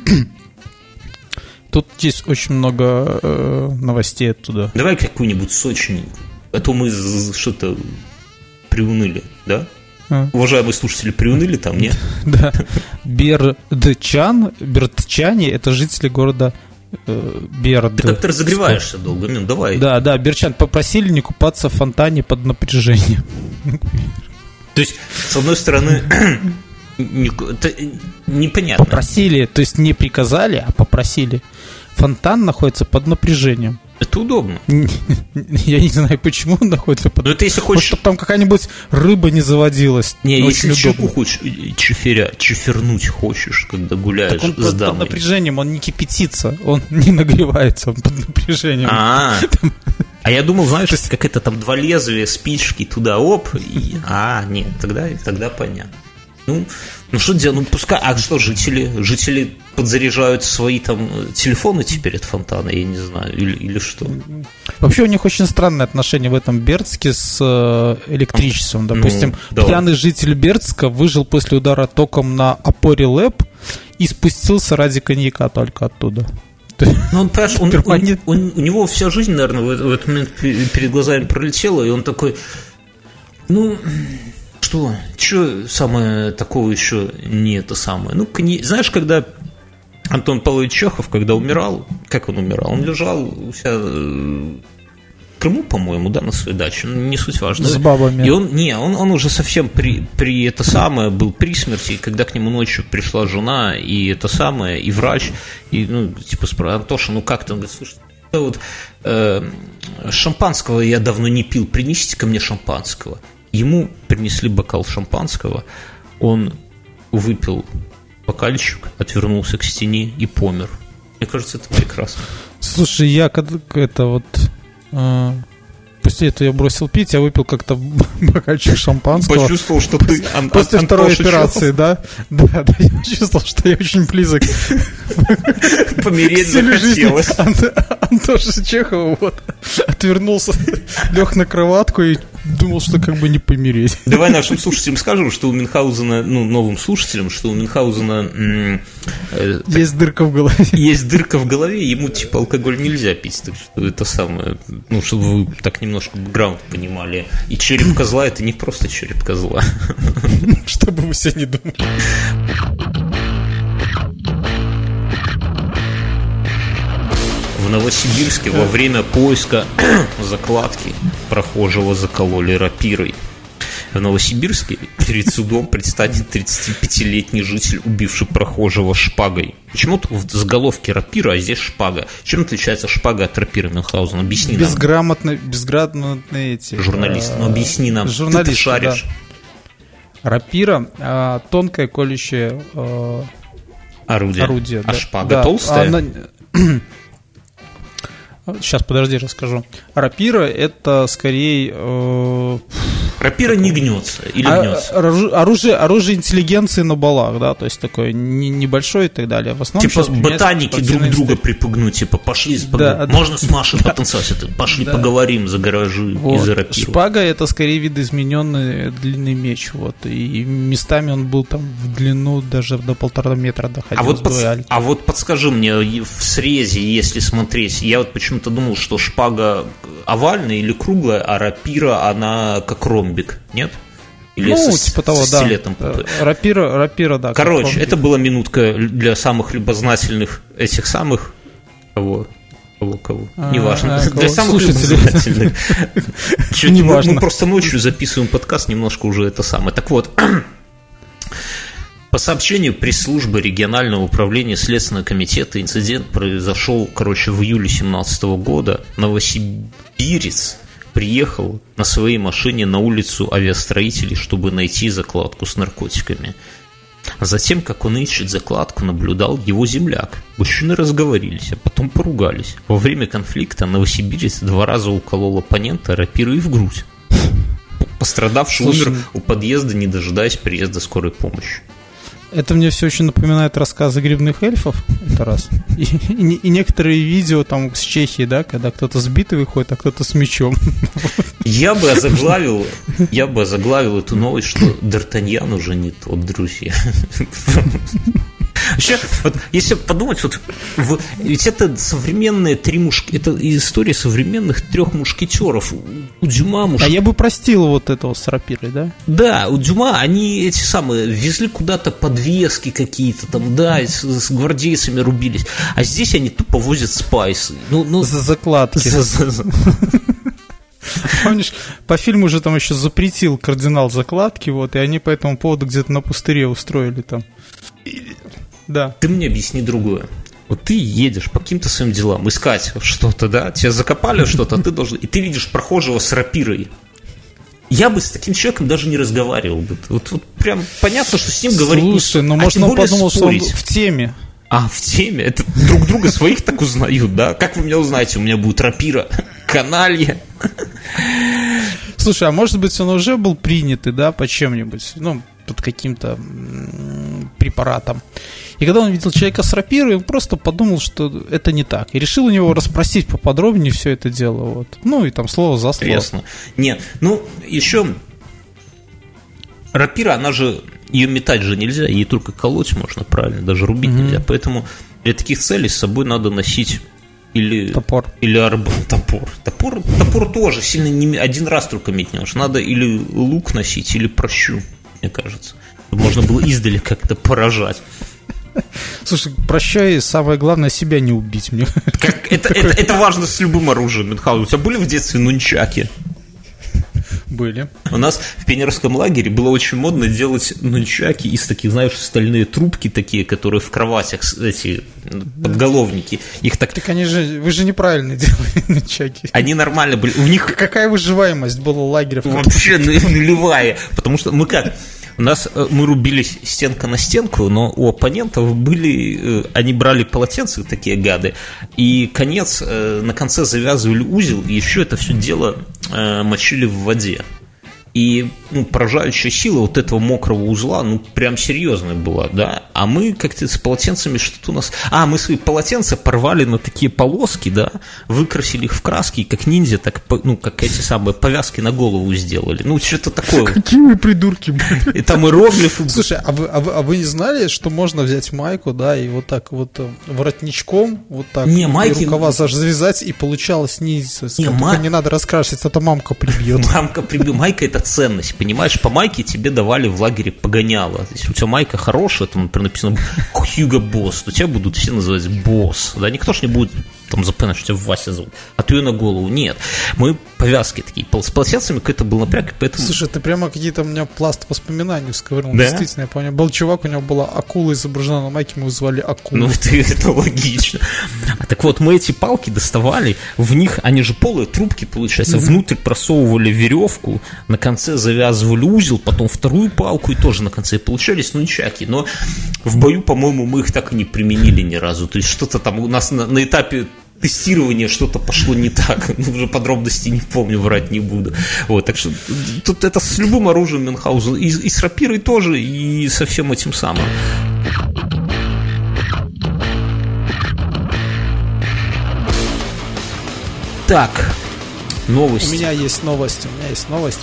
Тут есть очень много э, новостей оттуда. Давай какую-нибудь сочненькую. А то мы что-то приуныли, да? А. Уважаемые слушатели, приуныли там, нет? Да. Бердчан, бердчане – это жители города э, Берд. Ты как-то разогреваешься долго, ну давай. Да, да, бердчан попросили не купаться в фонтане под напряжением. То есть, с одной стороны... непонятно. Попросили, то есть не приказали, а попросили. Фонтан находится под напряжением. Это удобно. Я не знаю, почему он находится под... Но это если хочешь... Может, чтобы там какая-нибудь рыба не заводилась. Не, если щеку хочешь чиферя, чифернуть хочешь, когда гуляешь так он с под, дамой. под напряжением, он не кипятится, он не нагревается, он под напряжением. А, там... а я думал, знаешь, есть... как это там два лезвия, спички туда, оп, и... А, нет, тогда, тогда понятно. Ну, ну что делать? Ну, пускай... А что, жители? Жители подзаряжают свои там телефоны теперь от фонтана, я не знаю, или, или что? Вообще у них очень странное отношение в этом Бердске с электричеством. Допустим, ну, да. Пьяный житель Бердска выжил после удара током на опоре ЛЭП и спустился ради коньяка только оттуда. Ну, он, понимаешь, он, он, он, у него вся жизнь, наверное, в этот момент перед глазами пролетела, и он такой, ну... Что? Что самое такого еще не это самое? Ну, не... знаешь, когда Антон Павлович Чехов, когда умирал, как он умирал? Он лежал у себя в Крыму, по-моему, да, на своей даче, ну, не суть важно. С бабами. И он, не, он, он уже совсем при, при это самое был при смерти, и когда к нему ночью пришла жена, и это самое, и врач, и, ну, типа, спрашивает, Антоша, ну как ты? Он говорит, слушай, вот э, шампанского я давно не пил, принесите ко мне шампанского. Ему принесли бокал шампанского, он выпил бокальчик, отвернулся к стене и помер. Мне кажется, это прекрасно. Слушай, я когда это вот... Э, после этого я бросил пить, я выпил как-то бокальчик шампанского. Почувствовал, что ты... Ан- После Ан- второй операции, да? Да, да, я почувствовал, что я очень близок. Помереть захотелось. Антоша Чехова вот отвернулся, лег на кроватку и думал, что как бы не помереть. Давай нашим слушателям скажем, что у Мюнхгаузена, ну, новым слушателям, что у Мюнхгаузена м- э, есть так, дырка в голове. Есть дырка в голове, ему типа алкоголь нельзя пить, так что это самое, ну, чтобы вы так немножко бэкграунд понимали. И череп козла — это не просто череп козла. Чтобы вы все не думали. В Новосибирске во время поиска закладки прохожего закололи рапирой. В Новосибирске перед судом предстанет тридцатипятилетний житель, убивший прохожего шпагой. Почему-то в заголовке рапира, а здесь шпага. Чем отличается шпага от рапиры, Мюнхгаузен? Объясни нам. Безграмотно, безграмотные эти... Журналисты, ну объясни нам. Журналисты, ты шаришь. Да. Рапира а, тонкое колющее а, орудие. орудие. А да. шпага да. толстая? Она... Сейчас, подожди, расскажу. Рапира — это скорее... Э, Рапира не гнется или а, гнется? Оружие, оружие интеллигенции на балах, да, то есть такое не, небольшое и так далее. В основном типа ботаники друг друга припугнуть, типа пошли, да, можно с Машей да. потанцевать, пошли да. поговорим за гаражи вот. и за рапиру. Шпага — это скорее видоизмененный длинный меч, вот, и местами он был там в длину даже до полтора метра доходил. А вот, под, а вот подскажи мне, в срезе, если смотреть, я вот почему-то думал, что шпага овальная или круглая, а рапира, она как ромбик, нет? Или ну, со, типа того, со да. Рапира, рапира, да. Короче, это была минутка для самых любознательных этих самых кого? Кого, кого? А, Неважно. А, для самых любознательных. Мы просто ночью записываем подкаст, немножко уже это самое. Так вот, по сообщению пресс-службы регионального управления Следственного комитета, инцидент произошел, короче, в июле две тысячи семнадцатого года. Новосибирец приехал на своей машине на улицу Авиастроителей, чтобы найти закладку с наркотиками. А затем, как он ищет закладку, наблюдал его земляк. Мужчины разговорились, а потом поругались. Во время конфликта новосибирец два раза уколол оппонента рапирой в грудь. Пострадавший Слушай, умер у подъезда, не дожидаясь приезда скорой помощи. Это мне все очень напоминает рассказы грибных эльфов, это раз. И, и, и некоторые видео там с Чехии, да, когда кто-то с битой выходит, а кто-то с мечом. Я бы озаглавил, я бы озаглавил эту новость, что Д'Артаньян уже не тот, друзья. Вообще, вот, если подумать, вот, в, ведь это современные три мушки, это история современных трех мушкетеров. У Дюма муш... А я бы простил вот этого с рапирой, да? Да, у Дюма они эти самые везли куда-то подвески какие-то там, да, с, с гвардейцами рубились. А здесь они тупо возят спайсы. Ну, ну... За закладки. Помнишь, по фильму же там еще запретил кардинал закладки, вот, и они по этому поводу где-то на пустыре устроили там. Да. Ты мне объясни другое. Вот ты едешь по каким-то своим делам, искать что-то, да, тебя закопали что-то, а ты должен, и ты видишь прохожего с рапирой. Я бы с таким человеком даже не разговаривал бы. Вот, вот прям понятно, что с ним говорить. Слушай, ну, а может, он подумал, спорить. Что он в теме. А, в теме? Это друг друга своих так узнают, да? Как вы меня узнаете? У меня будет рапира, каналья. Слушай, а может быть, он уже был принятый, да, по чем-нибудь, ну, под каким-то препаратом. И когда он видел человека с рапирой, он просто подумал, что это не так. И решил у него расспросить поподробнее все это дело. Вот. Ну, и там слово за слово. Интересно. Нет, ну, еще рапира, она же, ее метать же нельзя, ей только колоть можно, правильно, даже рубить mm-hmm. нельзя. Поэтому для таких целей с собой надо носить или топор. Или арб... топор. Топор. Топор тоже сильно не один раз только меть не можешь. Надо или лук носить, или прощу, мне кажется. Можно было издали как-то поражать. Слушай, прощай, самое главное, себя не убить мне. Как, это, это, это важно с любым оружием, Мюнхгаузен. У тебя были в детстве нунчаки? Были. У нас в пионерском лагере было очень модно делать нунчаки из таких, знаешь, стальные трубки такие, которые в кроватях, эти подголовники. Их так... Так они же, вы же неправильно делали нунчаки. Они нормально были. У них... Какая выживаемость была лагеря? Вообще нулевая. Потому что мы как... У нас мы рубились стенка на стенку, но у оппонентов были, они брали полотенца, такие гады, и конец, на конце завязывали узел, и еще это все дело мочили в воде. И ну, поражающая сила вот этого мокрого узла, ну, прям серьезная была, да. А мы как-то с полотенцами что-то у нас... А, мы свои полотенца порвали на такие полоски, да, выкрасили их в краски, и как ниндзя, так, ну, как эти самые повязки на голову сделали. Ну, что-то такое. Какие вы придурки были. И там иероглифы. Слушай, а вы, а, вы, а вы не знали, что можно взять майку, да, и вот так вот воротничком, вот так, не, майки... и рукава завязать, и получалось ниндзя. Не, Только май... не надо раскрашивать, это мамка прибьет. Мамка прибьет. Майка — это ценность, понимаешь, по майке тебе давали в лагере погоняло. Если у тебя майка хорошая, там, например, написано Хьюго Босс, то тебя будут все называть Босс, да, никто ж не будет там запоминать, что тебя Вася зовут, а ты ее на голову, нет. Мы повязки такие, с полотенцами какой-то был напряг, поэтому... Слушай, ты прямо какие-то у меня пласт воспоминаний сковырнул, да? Действительно, я помню, был чувак, у него была акула изображена на майке, мы его звали Акула. Ну, это, это логично. А так вот, мы эти палки доставали, в них, они же полые трубки, получается, mm-hmm. внутрь просовывали веревку, на конце завязывали узел, потом вторую палку и тоже на конце, и получались нунчаки, но в бою, по-моему, мы их так и не применили ни разу, то есть что-то там у нас на, на этапе тестирования что-то пошло не так. Уже подробностей не помню, врать не буду. Вот, так что тут это с любым оружием Мюнхгаузен, и, и с рапирой тоже, и со всем этим самым. Так, новость. У меня есть новость, у меня есть новость.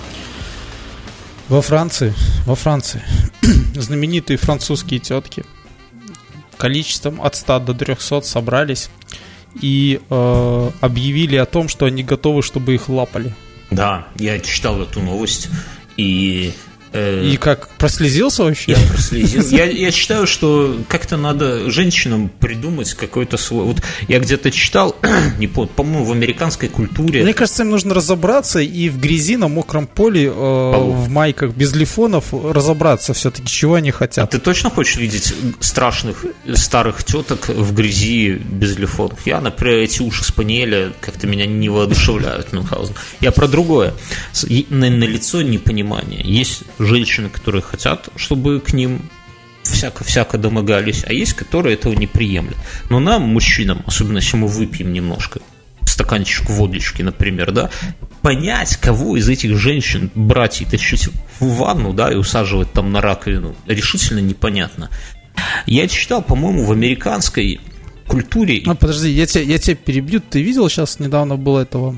Во Франции, во Франции знаменитые французские тетки количеством от ста до трехсот собрались и э, объявили о том, что они готовы, чтобы их лапали. Да, я читал эту новость, и... Э, и как, прослезился вообще? Я прослезился. Я, я считаю, что как-то надо женщинам придумать какой-то свой... Вот я где-то читал, не помню, по-моему, в американской культуре... Мне кажется, им нужно разобраться и в грязи, на мокром поле, э, в майках, без лифонов разобраться все-таки, чего они хотят. А ты точно хочешь видеть страшных старых теток в грязи без лифонов? Я, например, эти уши спаниеля как-то меня не воодушевляют, Мюнхгаузен. Я про другое. На, на лицо непонимание. Есть женщины, которые хотят, чтобы к ним всяко-всяко домогались, а есть, которые этого не приемлят. Но нам, мужчинам, особенно если мы выпьем немножко, стаканчик водочки, например, да, понять, кого из этих женщин брать и тащить в ванну, да, и усаживать там на раковину, решительно непонятно. Я читал, по-моему, в американской культуре... А, подожди, я тебя, я тебя перебью. Ты видел, сейчас недавно было этого...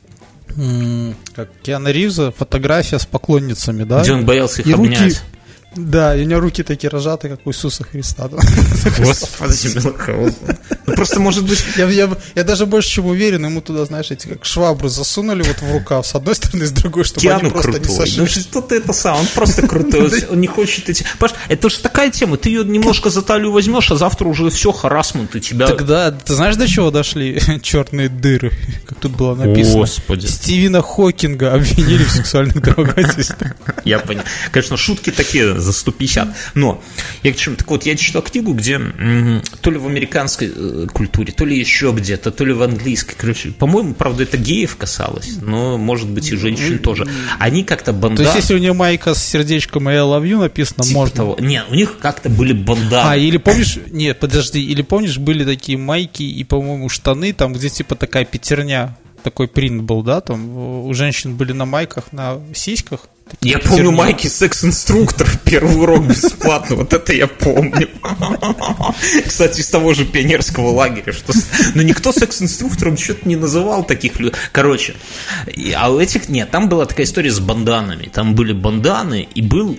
как Киану Ривза, фотография с поклонницами, да? Где он боялся их и обнять. Руки, да, и у него руки такие рожаты, как у Иисуса Христа. Господи, Мюнхгаузен. Ну, просто, может быть... Я, я, я даже больше чем уверен, ему туда, знаешь, эти как швабру засунули вот в рукав, с одной стороны, с другой, чтобы Киану они просто крутой. не сошли. Ну что-то это сам, он просто крутой, он не хочет эти... Это же такая тема, ты ее немножко за талию возьмешь, а завтра уже все, харассмент, и тебя... Тогда, ты знаешь, до чего дошли черные дыры, как тут было написано? Господи. Стивена Хокинга обвинили в сексуальных домогательствах. Я понял. Конечно, шутки такие за сто пятьдесят. Но я к чему? Так вот, я читал книгу, где м- то ли в американской э, культуре, то ли еще где-то, то ли в английской. Короче, по-моему, правда, это геев касалось, но, может быть, и женщин тоже. Они как-то банданы. То есть, если у нее майка с сердечком и I love you написано, типа можно. Того. Нет, у них как-то были банданы. А, или помнишь, нет, подожди, или помнишь, были такие майки и, по-моему, штаны, там, где типа такая пятерня, такой принт был, да, там у женщин были на майках, на сиськах. Я помню термин. Майки секс-инструктор, первый урок бесплатно, вот это я помню. Кстати, из того же пионерского лагеря, что... но никто секс-инструктором что-то не называл таких людей. Короче, а у этих нет, там была такая история с банданами, там были банданы и был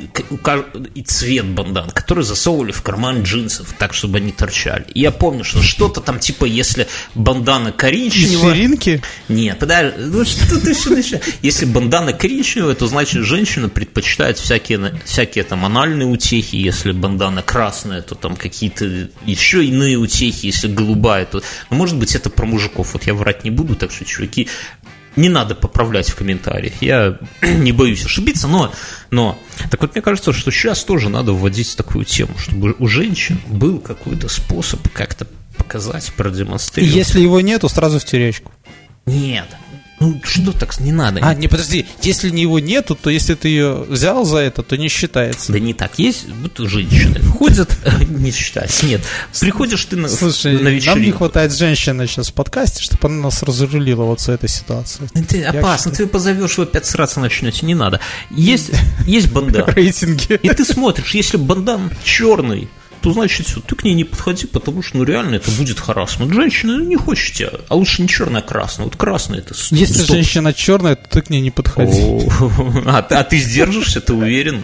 и цвет бандан, который засовывали в карман джинсов, так, чтобы они торчали. И я помню, что что-то там типа, если бандана коричневая... Ширинки? Нет, подожди, ну что ты еще начинаешь? Если бандана коричневая, то значит, женщина Женщина предпочитает всякие, всякие там анальные утехи, если бандана красная, то там какие-то еще иные утехи, если голубая, то... Ну, может быть, это про мужиков, вот я врать не буду, так что, чуваки, не надо поправлять в комментариях, я не боюсь ошибиться, но, но... Так вот, мне кажется, что сейчас тоже надо вводить такую тему, чтобы у женщин был какой-то способ как-то показать, продемонстрировать. Если его нету, сразу в тюрячку. Нет. Ну, что так, не надо. А, не, подожди, если его нету, то если ты ее взял за это, то не считается. Да не так, есть вот женщины ходят, не считается, нет. Приходишь ты на, Слушай, на вечеринку. Нам не хватает женщины сейчас в подкасте, чтобы она нас разрулила вот с этой ситуацией. Ты опасно, ты позовешь, вы опять сраться начнете, не надо. Есть, есть бандан. Рейтинги. И ты смотришь, если бандан черный, то значит, все, ты к ней не подходи, потому что, ну, реально это будет харассмент. Женщина не хочет тебя, а лучше не черная, а красная. Вот красная это... Если стоп. Женщина черная, то ты к ней не подходи. А, а ты сдержишься, ты уверен?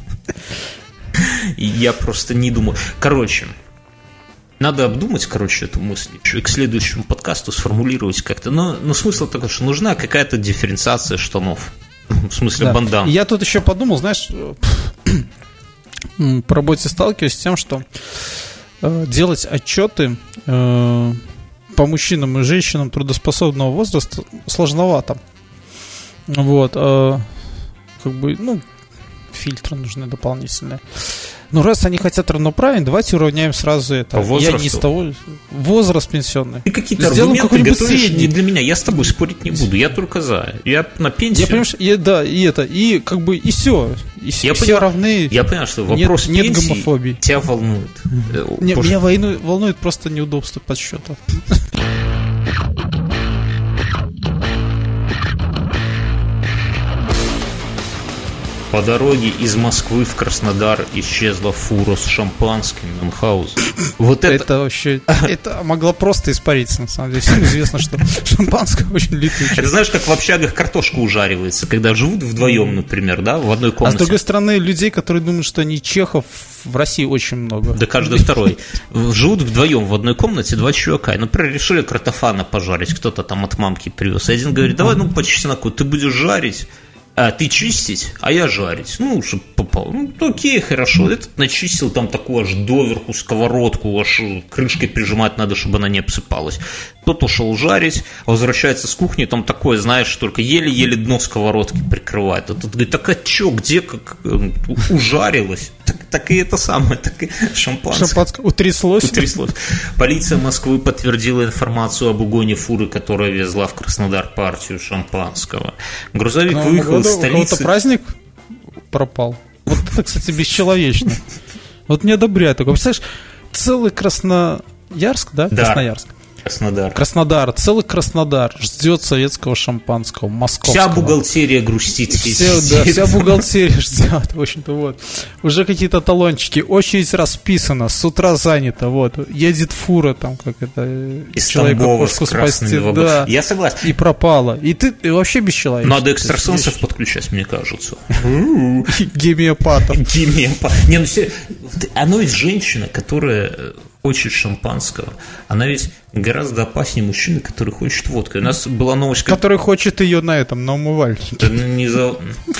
Я просто не думаю. Короче, надо обдумать, короче, эту мысль, и к следующему подкасту сформулировать как-то. Но, но смысл такой, что нужна какая-то дифференциация штанов. В смысле, да. Бандан. Я тут еще подумал, знаешь... По работе сталкиваюсь с тем, что э, делать отчеты э, по мужчинам и женщинам трудоспособного возраста сложновато. Вот, э, как бы, ну, фильтры нужны дополнительные. Ну, раз они хотят равноправия, давайте уравняем сразу это. По возрасту? Я не с того... Возраст пенсионный. Ты какие-то аргументы готовишь не для меня. Я с тобой спорить не буду. Я только за. Я на пенсию. Я понимаешь, и, да, и это, и как бы, и все. И я все понял, равны. Я понял, что вопрос нет, пенсии нет гомофобии. Тебя волнует. Не, меня волнует, волнует просто неудобство подсчета. По дороге из Москвы в Краснодар исчезла фура с шампанским Мюнхгаузен. Вот это... это вообще... Это могло просто испариться, на самом деле. Всем известно, что шампанское очень летучее. Это знаешь, как в общагах картошка ужаривается, когда живут вдвоем, например, да, в одной комнате. А с другой стороны, людей, которые думают, что они чехов, в России очень много. Да каждый второй. Живут вдвоем в одной комнате два чувака. Например, решили картофана пожарить, кто-то там от мамки привез. Один говорит, давай, ну, по чесноку, ты будешь жарить, а ты чистить, а я жарить. Ну, чтобы попал. Ну, окей, хорошо. Этот начистил там такую аж доверху сковородку, аж крышкой прижимать надо, чтобы она не обсыпалась. Тот ушел жарить, возвращается с кухни, там такое, знаешь, только еле-еле дно сковородки прикрывает. А тут говорит, так а чё, где, как ужарилось? Так, так и это самое, так и шампанское. Шампанское утряслось. Утряслось. Полиция Москвы подтвердила информацию об угоне фуры, которая везла в Краснодар партию шампанского. Грузовик Но выехал из столицы. У кого-то праздник пропал. Вот это, кстати, бесчеловечно. Вот не одобряю такое. Представляешь, целый Красноярск, да? Да. Красноярск. Краснодар. Краснодар, целый Краснодар ждет советского шампанского, московского. Вся бухгалтерия грустит. Все, да, вся бухгалтерия ждет, в общем-то, вот. Уже какие-то талончики, очередь расписана, с утра занята, вот. Едет фура, там, как это, из человека Тамбова кошку с спасти, да. Я согласен. И пропала. И ты, ты вообще бесчеловечный. Надо экстрасенсов подключать, мне кажется. Гемиопатов. Гемиопатов. Не, ну серьезно, оно ведь женщина, которая хочет шампанского, она ведь гораздо опаснее мужчины, который хочет водку. У нас была новость... Который хочет ее на этом, на умывальнике. Не за...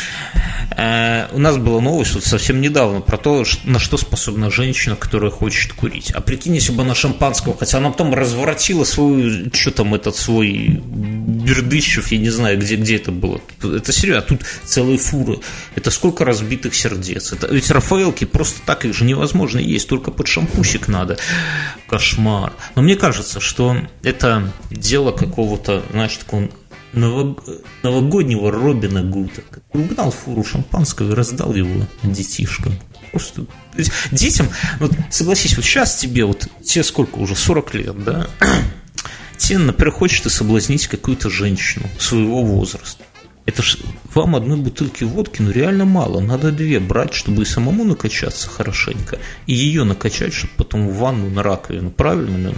У нас была новость вот совсем недавно про то, на что способна женщина, которая хочет курить. А прикинь, если бы она шампанского, хотя она там разворотила свою, что там, этот свой Бердыщев, я не знаю, где, где это было. Это серьезно, а тут целые фуры. Это сколько разбитых сердец. Это, ведь Рафаэлки просто так их же невозможно есть, только под шампусик надо. Кошмар. Но мне кажется, что это дело какого-то, знаешь, такого новогоднего Робина Гуда, который угнал фуру шампанского и раздал его детишкам. Просто детям, вот согласись, вот сейчас тебе, вот тебе сколько уже, сорок лет, да? Тебе, например, хочется соблазнить какую-то женщину своего возраста. Это ж вам одной бутылки водки, ну, реально мало. Надо две брать, чтобы и самому накачаться хорошенько, и ее накачать, чтобы потом в ванну на раковину. Правильно?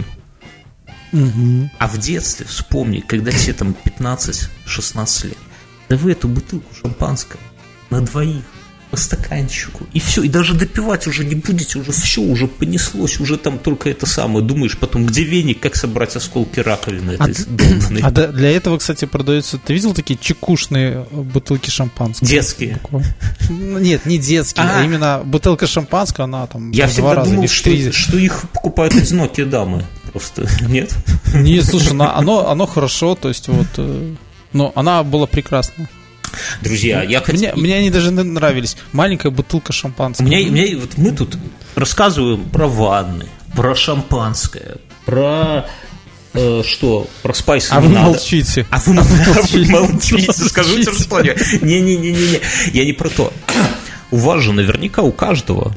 Угу. А в детстве, вспомни, когда тебе там пятнадцать-шестнадцать лет, да вы эту бутылку шампанского на двоих, по стаканчику, и все, и даже допивать уже не будете, уже все, уже понеслось, уже там только это самое, думаешь потом, где веник, как собрать осколки раковины а, этой долбанной. А для этого, кстати, продаются, ты видел такие чекушные бутылки шампанского? Детские? Нет, не детские, а, а именно бутылка шампанского, она там я в два раза думал, или в три. Что, что их покупают одинокие дамы, просто, нет? Не, слушай, оно, оно хорошо, то есть вот, но она была прекрасна. Друзья, я хотел... Мне, мне они даже нравились. Маленькая бутылка шампанского. У меня, у меня, вот мы тут рассказываем про ванны, про шампанское, про... Э, что? Про спайсы. А вы надо. молчите. А вы, а вы молчите. Скажите, что ли? Не-не-не-не. Я не про то. У вас же наверняка у каждого...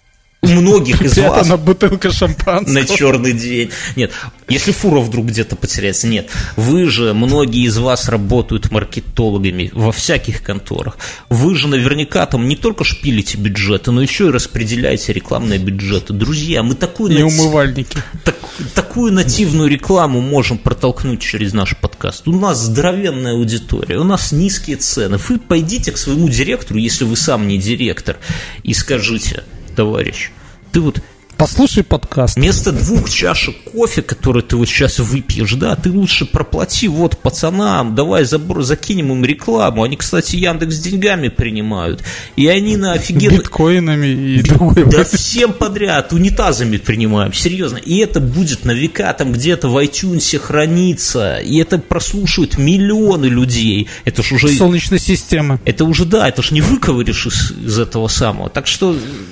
У многих из вас на бутылка шампанского на черный день. Нет, если фура вдруг где-то потеряется, нет. Вы же, многие из вас работают маркетологами во всяких конторах. Вы же наверняка там не только шпилите бюджеты, но еще и распределяете рекламные бюджеты. Друзья, мы такую, не нати... умывальники. Так, такую нативную рекламу можем протолкнуть через наш подкаст. У нас здоровенная аудитория, у нас низкие цены. Вы пойдите к своему директору, если вы сам не директор, и скажите: товарищ, ты вот послушай подкаст. Вместо двух чашек кофе, которые ты вот сейчас выпьешь, да, ты лучше проплати вот пацанам, давай забор, закинем им рекламу. Они, кстати, Яндекс деньгами принимают. И они на офигенно... Биткоинами и другой. Да всем подряд, унитазами принимаем, серьезно. И это будет на века там где-то в iTunes храниться. И это прослушают миллионы людей. Это ж уже... Солнечная система. Это уже, да, это ж не выковыришь из, из этого самого. Так что...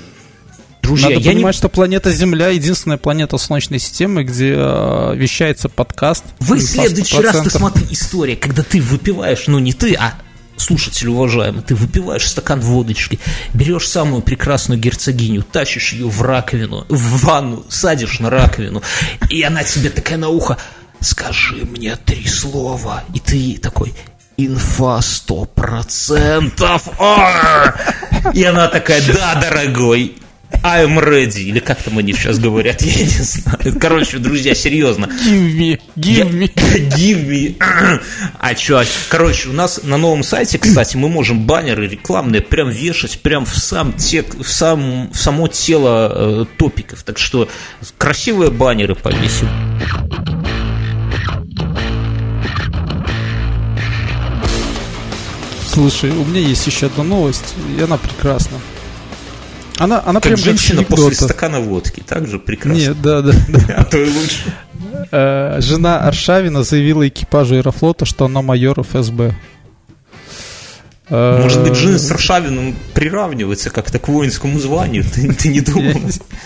Друзья, надо я понимать, не... что планета Земля единственная планета Солнечной системы, где э, вещается подкаст. Вы в следующий раз, ты смотри, история, когда ты выпиваешь, ну не ты, а слушатель уважаемый, ты выпиваешь стакан водочки, берешь самую прекрасную герцогиню, тащишь ее в раковину, в ванну, садишь на раковину, и она тебе такая на ухо: скажи мне три слова, и ты такой: инфа сто процентов. И она такая, да, дорогой, I'm ready. Или как там они сейчас говорят, я не знаю. Короче, друзья, серьезно. Give me, give me. Give me. А что? Короче, у нас на новом сайте, кстати, мы можем баннеры рекламные прям вешать прям в, сам тек, в, сам, в само тело э, топиков. Так что красивые баннеры повесим. Слушай, у меня есть еще одна новость, и она прекрасна. Она, она как прям женщина после стакана водки, так же прекрасно. Нет, да, да, да. А то и лучше. Жена Аршавина заявила экипажу Аэрофлота, что она майор эф эс бэ. Может быть, жизнь с Аршавиным приравнивается как-то к воинскому званию? Ты, ты не думал?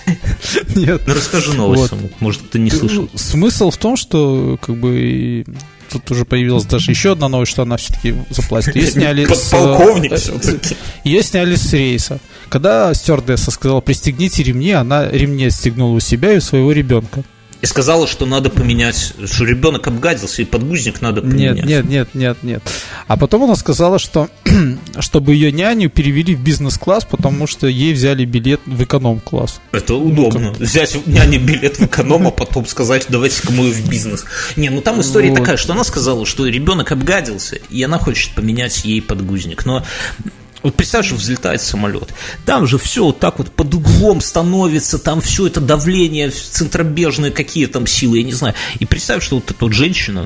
Нет. Ну, расскажи новость, вот. Может, ты не слышал. Смысл в том, что как бы тут уже появилась даже еще одна новость, что она все-таки заплатит. Ее сняли Подполковник с... все-таки. Ее сняли с рейса. Когда стюардесса сказала, пристегните ремни, она ремни отстегнула у себя и у своего ребенка. И сказала, что надо поменять, что ребенок обгадился, и подгузник надо поменять. Нет, нет, нет, нет, нет. А потом она сказала, что чтобы ее няню перевели в бизнес-класс, потому что ей взяли билет в эконом-класс. Это удобно. Ну, взять у няни билет в эконом, а потом сказать, давайте-ка мы в бизнес. Не, ну там история вот. Такая, что она сказала, что ребенок обгадился, и она хочет поменять ей подгузник. Но... Вот представь, что взлетает самолет. Там же все вот так вот под углом становится, там все это давление центробежные, какие там силы, я не знаю. И представь, что вот эта вот женщина,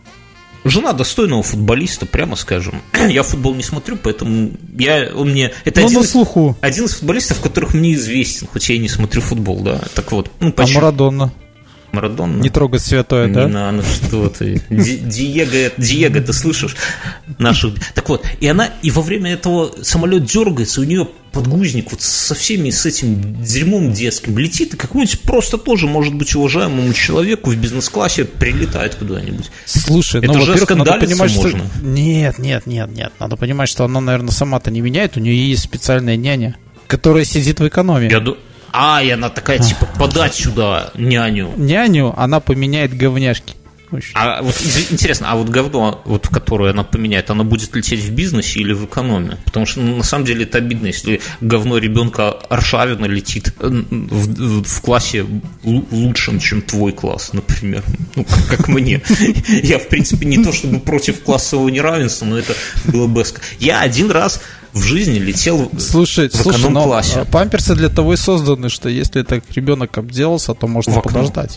жена достойного футболиста, прямо скажем. Я футбол не смотрю, поэтому я, он мне... Это ну, один, на слуху. Один из футболистов, которых мне известен, хоть я и не смотрю футбол, да. Так вот. Ну, почти... А Марадона? Марадона. Не трогать святое, не да? Не надо, что ты. Диего, Диего, ты слышишь? Наших... Так вот, и она, и во время этого самолет дергается, у нее подгузник вот со всеми, с этим дерьмом детским летит, и какой-нибудь просто тоже, может быть, уважаемому человеку в бизнес-классе прилетает куда-нибудь. Слушай, это ну, уже скандалиться понимать, можно. Что... Нет, нет, нет, нет. Надо понимать, что она, наверное, сама-то не меняет, у нее есть специальная няня, которая сидит в экономе. Я думаю... А, и она такая, типа, подать сюда няню. Няню, она поменяет говняшки. А вот интересно, а вот говно, вот, которое она поменяет, оно будет лететь в бизнесе или в экономе? Потому что, ну, на самом деле, это обидно, если говно ребенка Аршавина летит в, в классе лучшем, чем твой класс, например. Ну, как, как мне. Я, в принципе, не то чтобы против классового неравенства, но это было бы... Я один раз... в жизни летел слушай, в эконом-классе. Слушай, памперсы для того и созданы, что если так ребенок обделался, то можно подождать.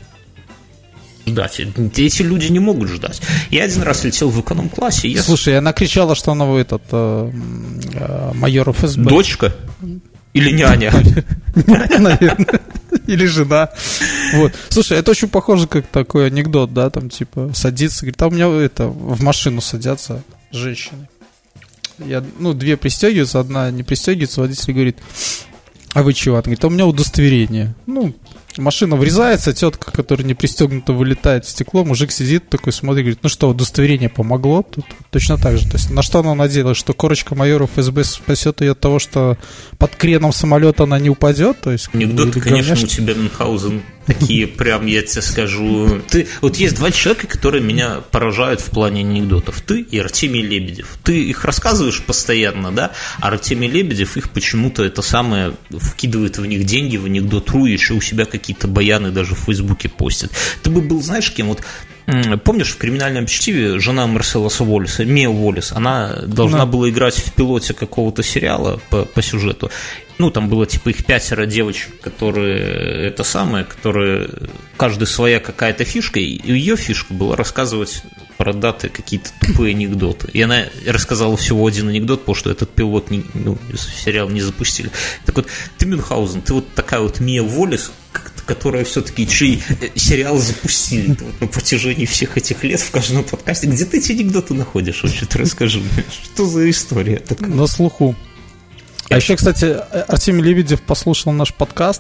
Ждать. Эти люди не могут ждать. Я один раз летел в эконом-классе. Я... Слушай, она кричала, что она этот э, э, майор эф эс бэ. Дочка? Или няня? Няня, наверное. Или жена. Вот. Слушай, это очень похоже как такой анекдот, да, там типа садится, говорит, а у меня это в машину садятся женщины. Я, ну, две пристегиваются, одна не пристегивается, водитель говорит, а вы чего? Она говорит, а у меня удостоверение. Ну, машина врезается, тетка, которая не пристегнута, вылетает в стекло, мужик сидит такой, смотрит, говорит, ну что, удостоверение помогло? Тут точно так же. То есть на что она надеялась, что корочка майора эф эс бэ спасет ее от того, что под креном самолета она не упадет? То есть, анекдоты, конечно, говняшки. У тебя, Мюнхгаузен, такие прям, я тебе скажу. Ты, вот есть два человека, которые меня поражают в плане анекдотов. Ты и Артемий Лебедев. Ты их рассказываешь постоянно, да? А Артемий Лебедев их почему-то это самое вкидывает в них деньги, в анекдот.ру, еще у себя какие-то баяны даже в Фейсбуке постит. Ты бы был, знаешь, кем? Вот помнишь, в «Криминальном чтиве» жена Марселоса Уоллеса, Мия Уоллес, она должна да. была играть в пилоте какого-то сериала по, по сюжету. Ну, там было типа их пятеро девочек, которые это самое, которые каждая своя какая-то фишка, и ее фишка была рассказывать про даты какие-то тупые анекдоты. И она рассказала всего один анекдот, потому что этот пилот не, ну, сериал не запустили. Так вот, ты, Мюнхгаузен, ты вот такая вот Мия Уоллес, которая все-таки чей сериал запустили вот, на протяжении всех этих лет в каждом подкасте. Где ты эти анекдоты находишь? Вообще, ты расскажи мне, что за история такая? На слуху. А еще, кстати, Артемий Лебедев послушал наш подкаст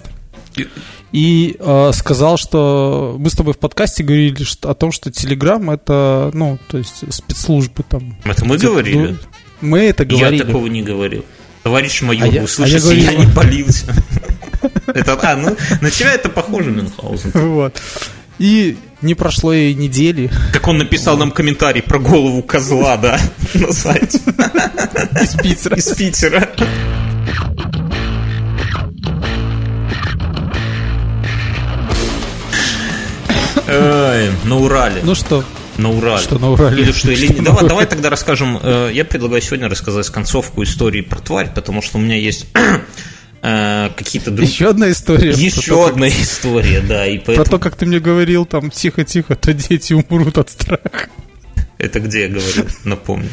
и э, сказал, что мы с тобой в подкасте говорили что, о том, что Telegram это, ну, то есть спецслужбы там. Это мы говорили? Ну, мы это говорили. Я такого не говорил. Товарищ майор, а вы слышите, я, я не палился. Это, а, ну, на тебя это похоже, Мюнхгаузен. Вот. И не прошло и недели. Как он написал нам комментарий про голову козла, да, на сайте. Из Питера. Из Питера. Ой, на Урале. Ну что? На Урале. Что на Урале? Или что? Или... Давай, давай тогда расскажем. Я предлагаю сегодня рассказать концовку истории про тварь, потому что у меня есть какие-то другие... Еще одна история. Еще то, одна как... история, да. И поэтому... Про то, как ты мне говорил, там, тихо-тихо, то дети умрут от страха. Это где я говорил? Напомню.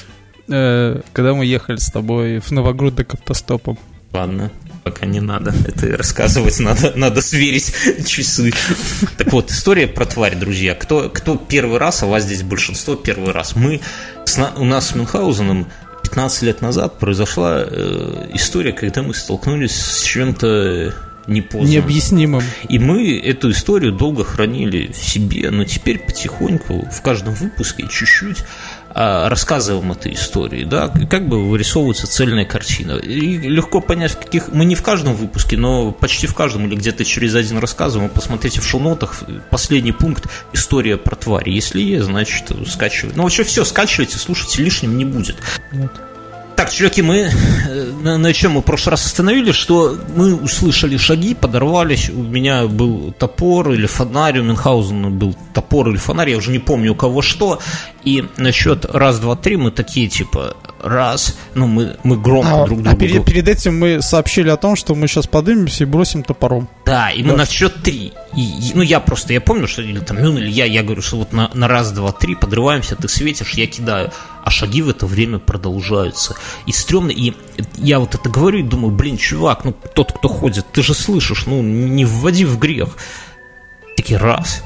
Когда мы ехали с тобой в Новогрудок автостопом. Ладно, пока не надо. Это рассказывать надо, надо сверить часы. Так вот, история про тварь, друзья. Кто, кто первый раз, а вас здесь большинство первый раз. Мы, у нас с Мюнхгаузеном пятнадцать лет назад произошла э, история, когда мы столкнулись с чем-то непознанным. Необъяснимым. И мы эту историю долго хранили в себе, но теперь потихоньку в каждом выпуске чуть-чуть э, рассказываем этой истории, да, как бы вырисовывается цельная картина. И легко понять, в каких... Мы не в каждом выпуске, но почти в каждом или где-то через один рассказываем. Посмотрите в шоу-нотах, последний пункт – история про твари. Если есть, значит, скачивайте. Ну, вообще все, скачивайте, слушайте, лишним не будет. Нет. Так, чуваки, мы на, на чем мы в прошлый раз остановились, что мы услышали шаги, подорвались, у меня был топор или фонарь, у Мюнхгаузена был топор или фонарь, я уже не помню у кого что, и на счет раз, два, три мы такие типа раз, ну мы, мы громко а, друг другу. А перед, перед этим мы сообщили о том, что мы сейчас поднимемся и бросим топором. Да, и мы да. на счет три, и, и, ну я просто, я помню, что или там Мюн, или я, я говорю, что вот на, на раз, два, три подрываемся, ты светишь, я кидаю, а шаги в это время продолжаются. И стрёмно, и я вот это говорю и думаю, блин, чувак, ну тот, кто ходит, ты же слышишь, ну не вводи в грех. Такие раз,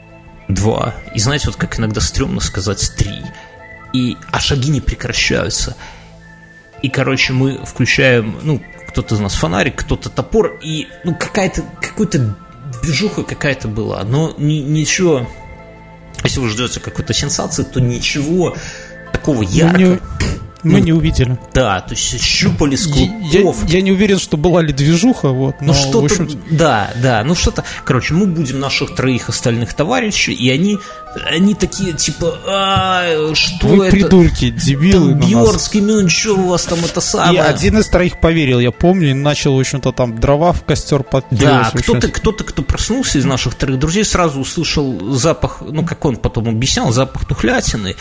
два, и знаете, вот как иногда стрёмно сказать три, и, а шаги не прекращаются. И, короче, мы включаем, ну, кто-то из нас фонарик, кто-то топор, и, ну, какая-то, какая-то движуха какая-то была, но ни, ничего, если вы ждете какой-то сенсации, то ничего такого яркого. Мы ну, не увидели. Да, то есть щупали с клубков. Я, я не уверен, что была ли движуха, вот. Ну что-то, общем... да, да, ну что-то. Короче, мы будем наших троих остальных товарищей, и они, они такие типа, а, что Вы это? Придурки, дебилы. Бьернский, ну что у вас там это самое? И один из троих поверил, я помню, и начал, в общем-то, там дрова в костер подкидывать. Да, кто-то, кто-то, кто проснулся из наших троих друзей, сразу услышал запах, ну как он потом объяснял, запах тухлятины.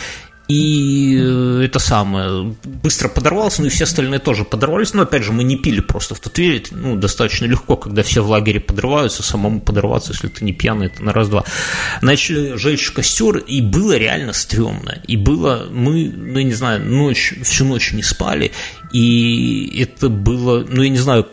И это самое, быстро подорвался, ну и все остальные тоже подорвались. Но опять же, мы не пили просто в тот вечер, ну, достаточно легко, когда все в лагере подрываются, самому подорваться, если ты не пьяный, это на раз-два. Начали жечь костер, и было реально стрёмно. И было, мы, ну, я не знаю, ночь, всю ночь не спали, и это было, ну, я не знаю,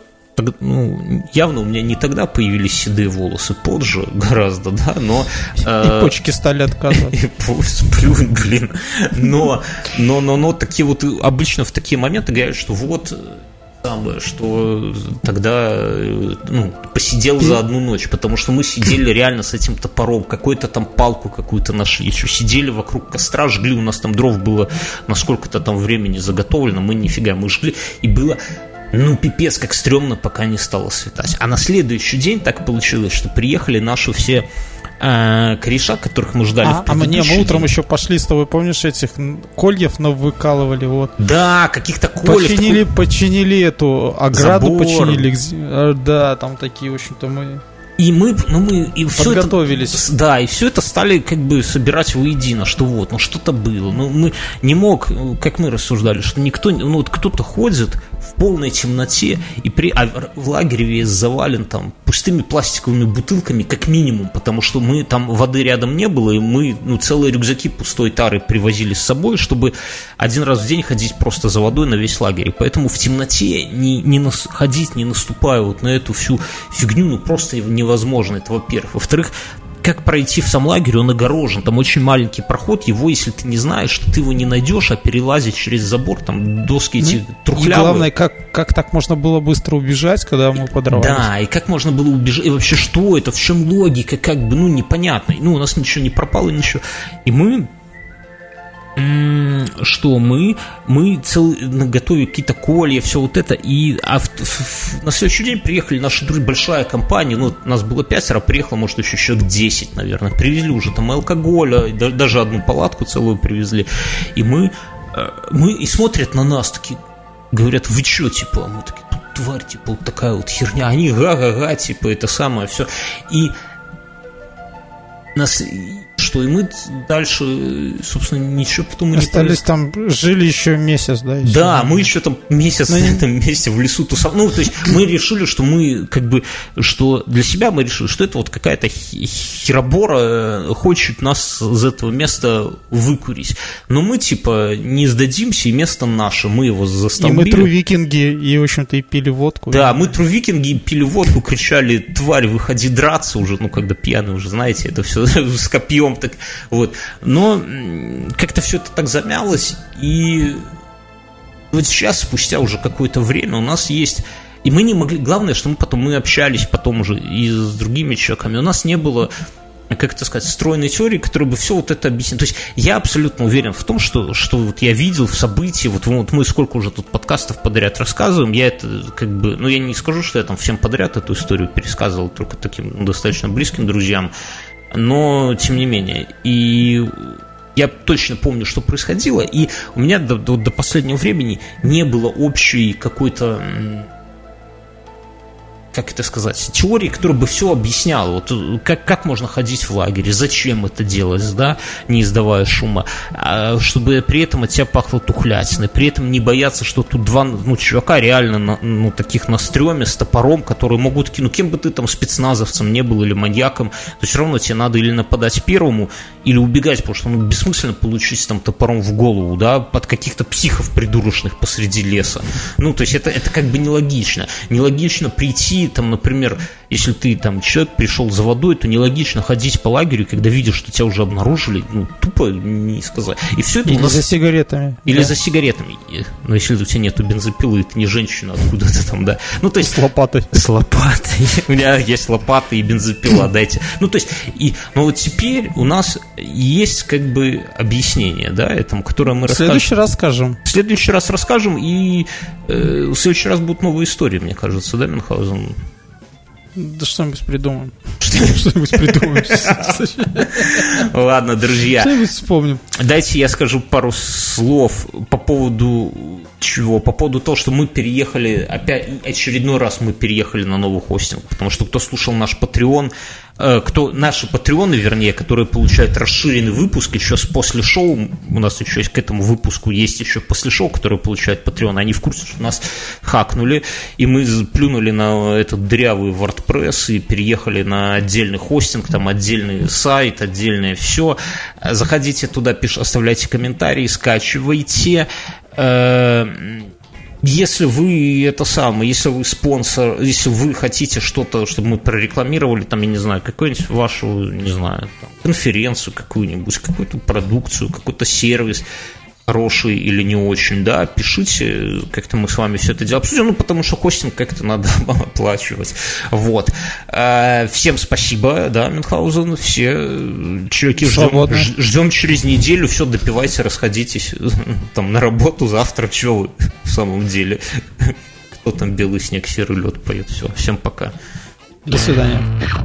ну, явно у меня не тогда появились седые волосы, позже гораздо, да, но... Э, и почки стали отказывать. Плюнь, блин. Но, но, но, но такие вот, обычно в такие моменты говорят, что вот самое, что тогда, ну, посидел за одну ночь, потому что мы сидели реально с этим топором, какую-то там палку какую-то нашли, еще сидели вокруг костра, жгли, у нас там дров было на сколько-то там времени заготовлено, мы нифига, мы жгли, и было... Ну, пипец, как стрёмно, пока не стало светать. А на следующий день так получилось, что приехали наши все э, кореша, которых мы ждали а, в предыдущий А мне мы утром день. еще пошли с тобой, помнишь, этих кольев выкалывали, вот. Да, каких-то кольев. Починили, такой... починили эту ограду, Забор. починили. Да, там такие, в общем-то, мы... И мы, ну мы и подготовились. Все это, да, и все это стали как бы собирать воедино, что вот, ну что-то было. Ну мы не мог, как мы рассуждали, что никто, ну вот кто-то ходит в полной темноте, и при, а в лагере весь завален там пустыми пластиковыми бутылками, как минимум, потому что мы там воды рядом не было, и мы, ну, целые рюкзаки пустой тары привозили с собой, чтобы один раз в день ходить просто за водой на весь лагерь. И поэтому в темноте не, не нас, ходить, не наступая вот на эту всю фигню, ну просто невозможно. Возможно, это во-первых. Во-вторых, как пройти в сам лагерь, он огорожен, там очень маленький проход, его, если ты не знаешь, что ты его не найдешь, а перелазить через забор, там доски эти ну, трухлявые. И главное, как, как так можно было быстро убежать, когда мы подорвались. Да, и как можно было убежать, и вообще что это, в чем логика, как бы, ну, непонятно, ну, у нас ничего не пропало, ничего. И мы что мы, мы цел, готовили какие-то колья, все вот это, и а в, в, на следующий день приехали наши друзья, большая компания, ну, нас было пятеро, приехало, может, еще человек десять, наверное, привезли уже там алкоголя, даже одну палатку целую привезли, и мы, мы и смотрят на нас, такие, говорят, вы что, типа, а мы такие, тут тварь, типа, вот такая вот херня, они га-га-га, типа, это самое все, и нас... Что и мы дальше, собственно, ничего потом не остались там, жили еще месяц, да? Еще да, мы еще там месяц на этом месте в лесу тусовали. Ну, то есть мы решили, что мы как бы, что для себя мы решили, что это вот какая-то херобора хочет нас из этого места выкурить. Но мы типа не сдадимся, и место наше, мы его застолбили. И мы тру-викинги, и, в общем-то, и пили водку. Да, и... мы тру-викинги, пили водку, кричали, тварь, выходи драться уже, ну, когда пьяный уже, знаете, это все с копьем. Так, вот. Но как-то все это так замялось, и вот сейчас, спустя уже какое-то время, у нас есть, и мы не могли, главное, что мы потом, мы общались потом уже и с другими человеками, у нас не было, как это сказать, стройной теории, которая бы все вот это объяснила. То есть я абсолютно уверен в том, что, что вот я видел в событии, вот, вот мы сколько уже тут подкастов подряд рассказываем, я это как бы, ну я не скажу, что я там всем подряд эту историю пересказывал, только таким ну, достаточно близким друзьям, но, тем не менее, и я точно помню, что происходило, и у меня до, до, до последнего времени не было общей какой-то, как это сказать, теории, которая бы все объясняла, вот как, как можно ходить в лагере, зачем это делать, да, не издавая шума, чтобы при этом от тебя пахло тухлятиной, при этом не бояться, что тут два, ну, чувака реально, ну, таких на стреме с топором, которые могут кинуть, кем бы ты там спецназовцем не был или маньяком, то все равно тебе надо или нападать первому, или убегать, потому что ну, бессмысленно получить там топором в голову, да, под каких-то психов придурочных посреди леса, ну, то есть это, это как бы нелогично, нелогично прийти там, например, если ты там человек пришел за водой, то нелогично ходить по лагерю, когда видишь, что тебя уже обнаружили, ну, тупо не сказать. И все это Или нас... за сигаретами. Или да. за сигаретами. Но если у тебя нету бензопилы, ты не женщина, откуда-то там, да. Ну, то есть... С лопатой. С лопатой. У меня есть лопата и бензопила, дайте. Ну, то есть, и... но вот теперь у нас есть как бы объяснение, да, этому, которое мы расскажем. В следующий раз скажем. В следующий раз расскажем, и э, в следующий раз будут новые истории, мне кажется, да, Мюнхгаузен? Да что-нибудь придумаем. Что-нибудь придумаем. Ладно, друзья. Что-нибудь вспомним. Дайте я скажу пару слов по поводу чего? По поводу того, что мы переехали, опять очередной раз мы переехали на новый хостинг, потому что кто слушал наш Patreon, кто, наши патреоны, вернее, которые получают расширенный выпуск еще с после шоу, у нас еще есть к этому выпуску есть еще после шоу, которые получают патреоны, они в курсе, что нас хакнули, и мы плюнули на этот дырявый WordPress и переехали на отдельный хостинг, там отдельный сайт, отдельное все. Заходите туда, пиш, оставляйте комментарии, скачивайте. Если вы это самое, если вы спонсор, если вы хотите что-то, чтобы мы прорекламировали, там, я не знаю, какую-нибудь вашу, не знаю, там, конференцию какую-нибудь, какую-то продукцию, какой-то сервис хороший или не очень, да, пишите, как-то мы с вами все это дело обсудим, ну, потому что хостинг как-то надо оплачивать, вот. Всем спасибо, да, Мюнхгаузен, все чуваки, ждем, ждем через неделю, все, допивайте, расходитесь там на работу завтра, чего вы в самом деле, кто там белый снег, серый лед поет, все, всем пока. До свидания.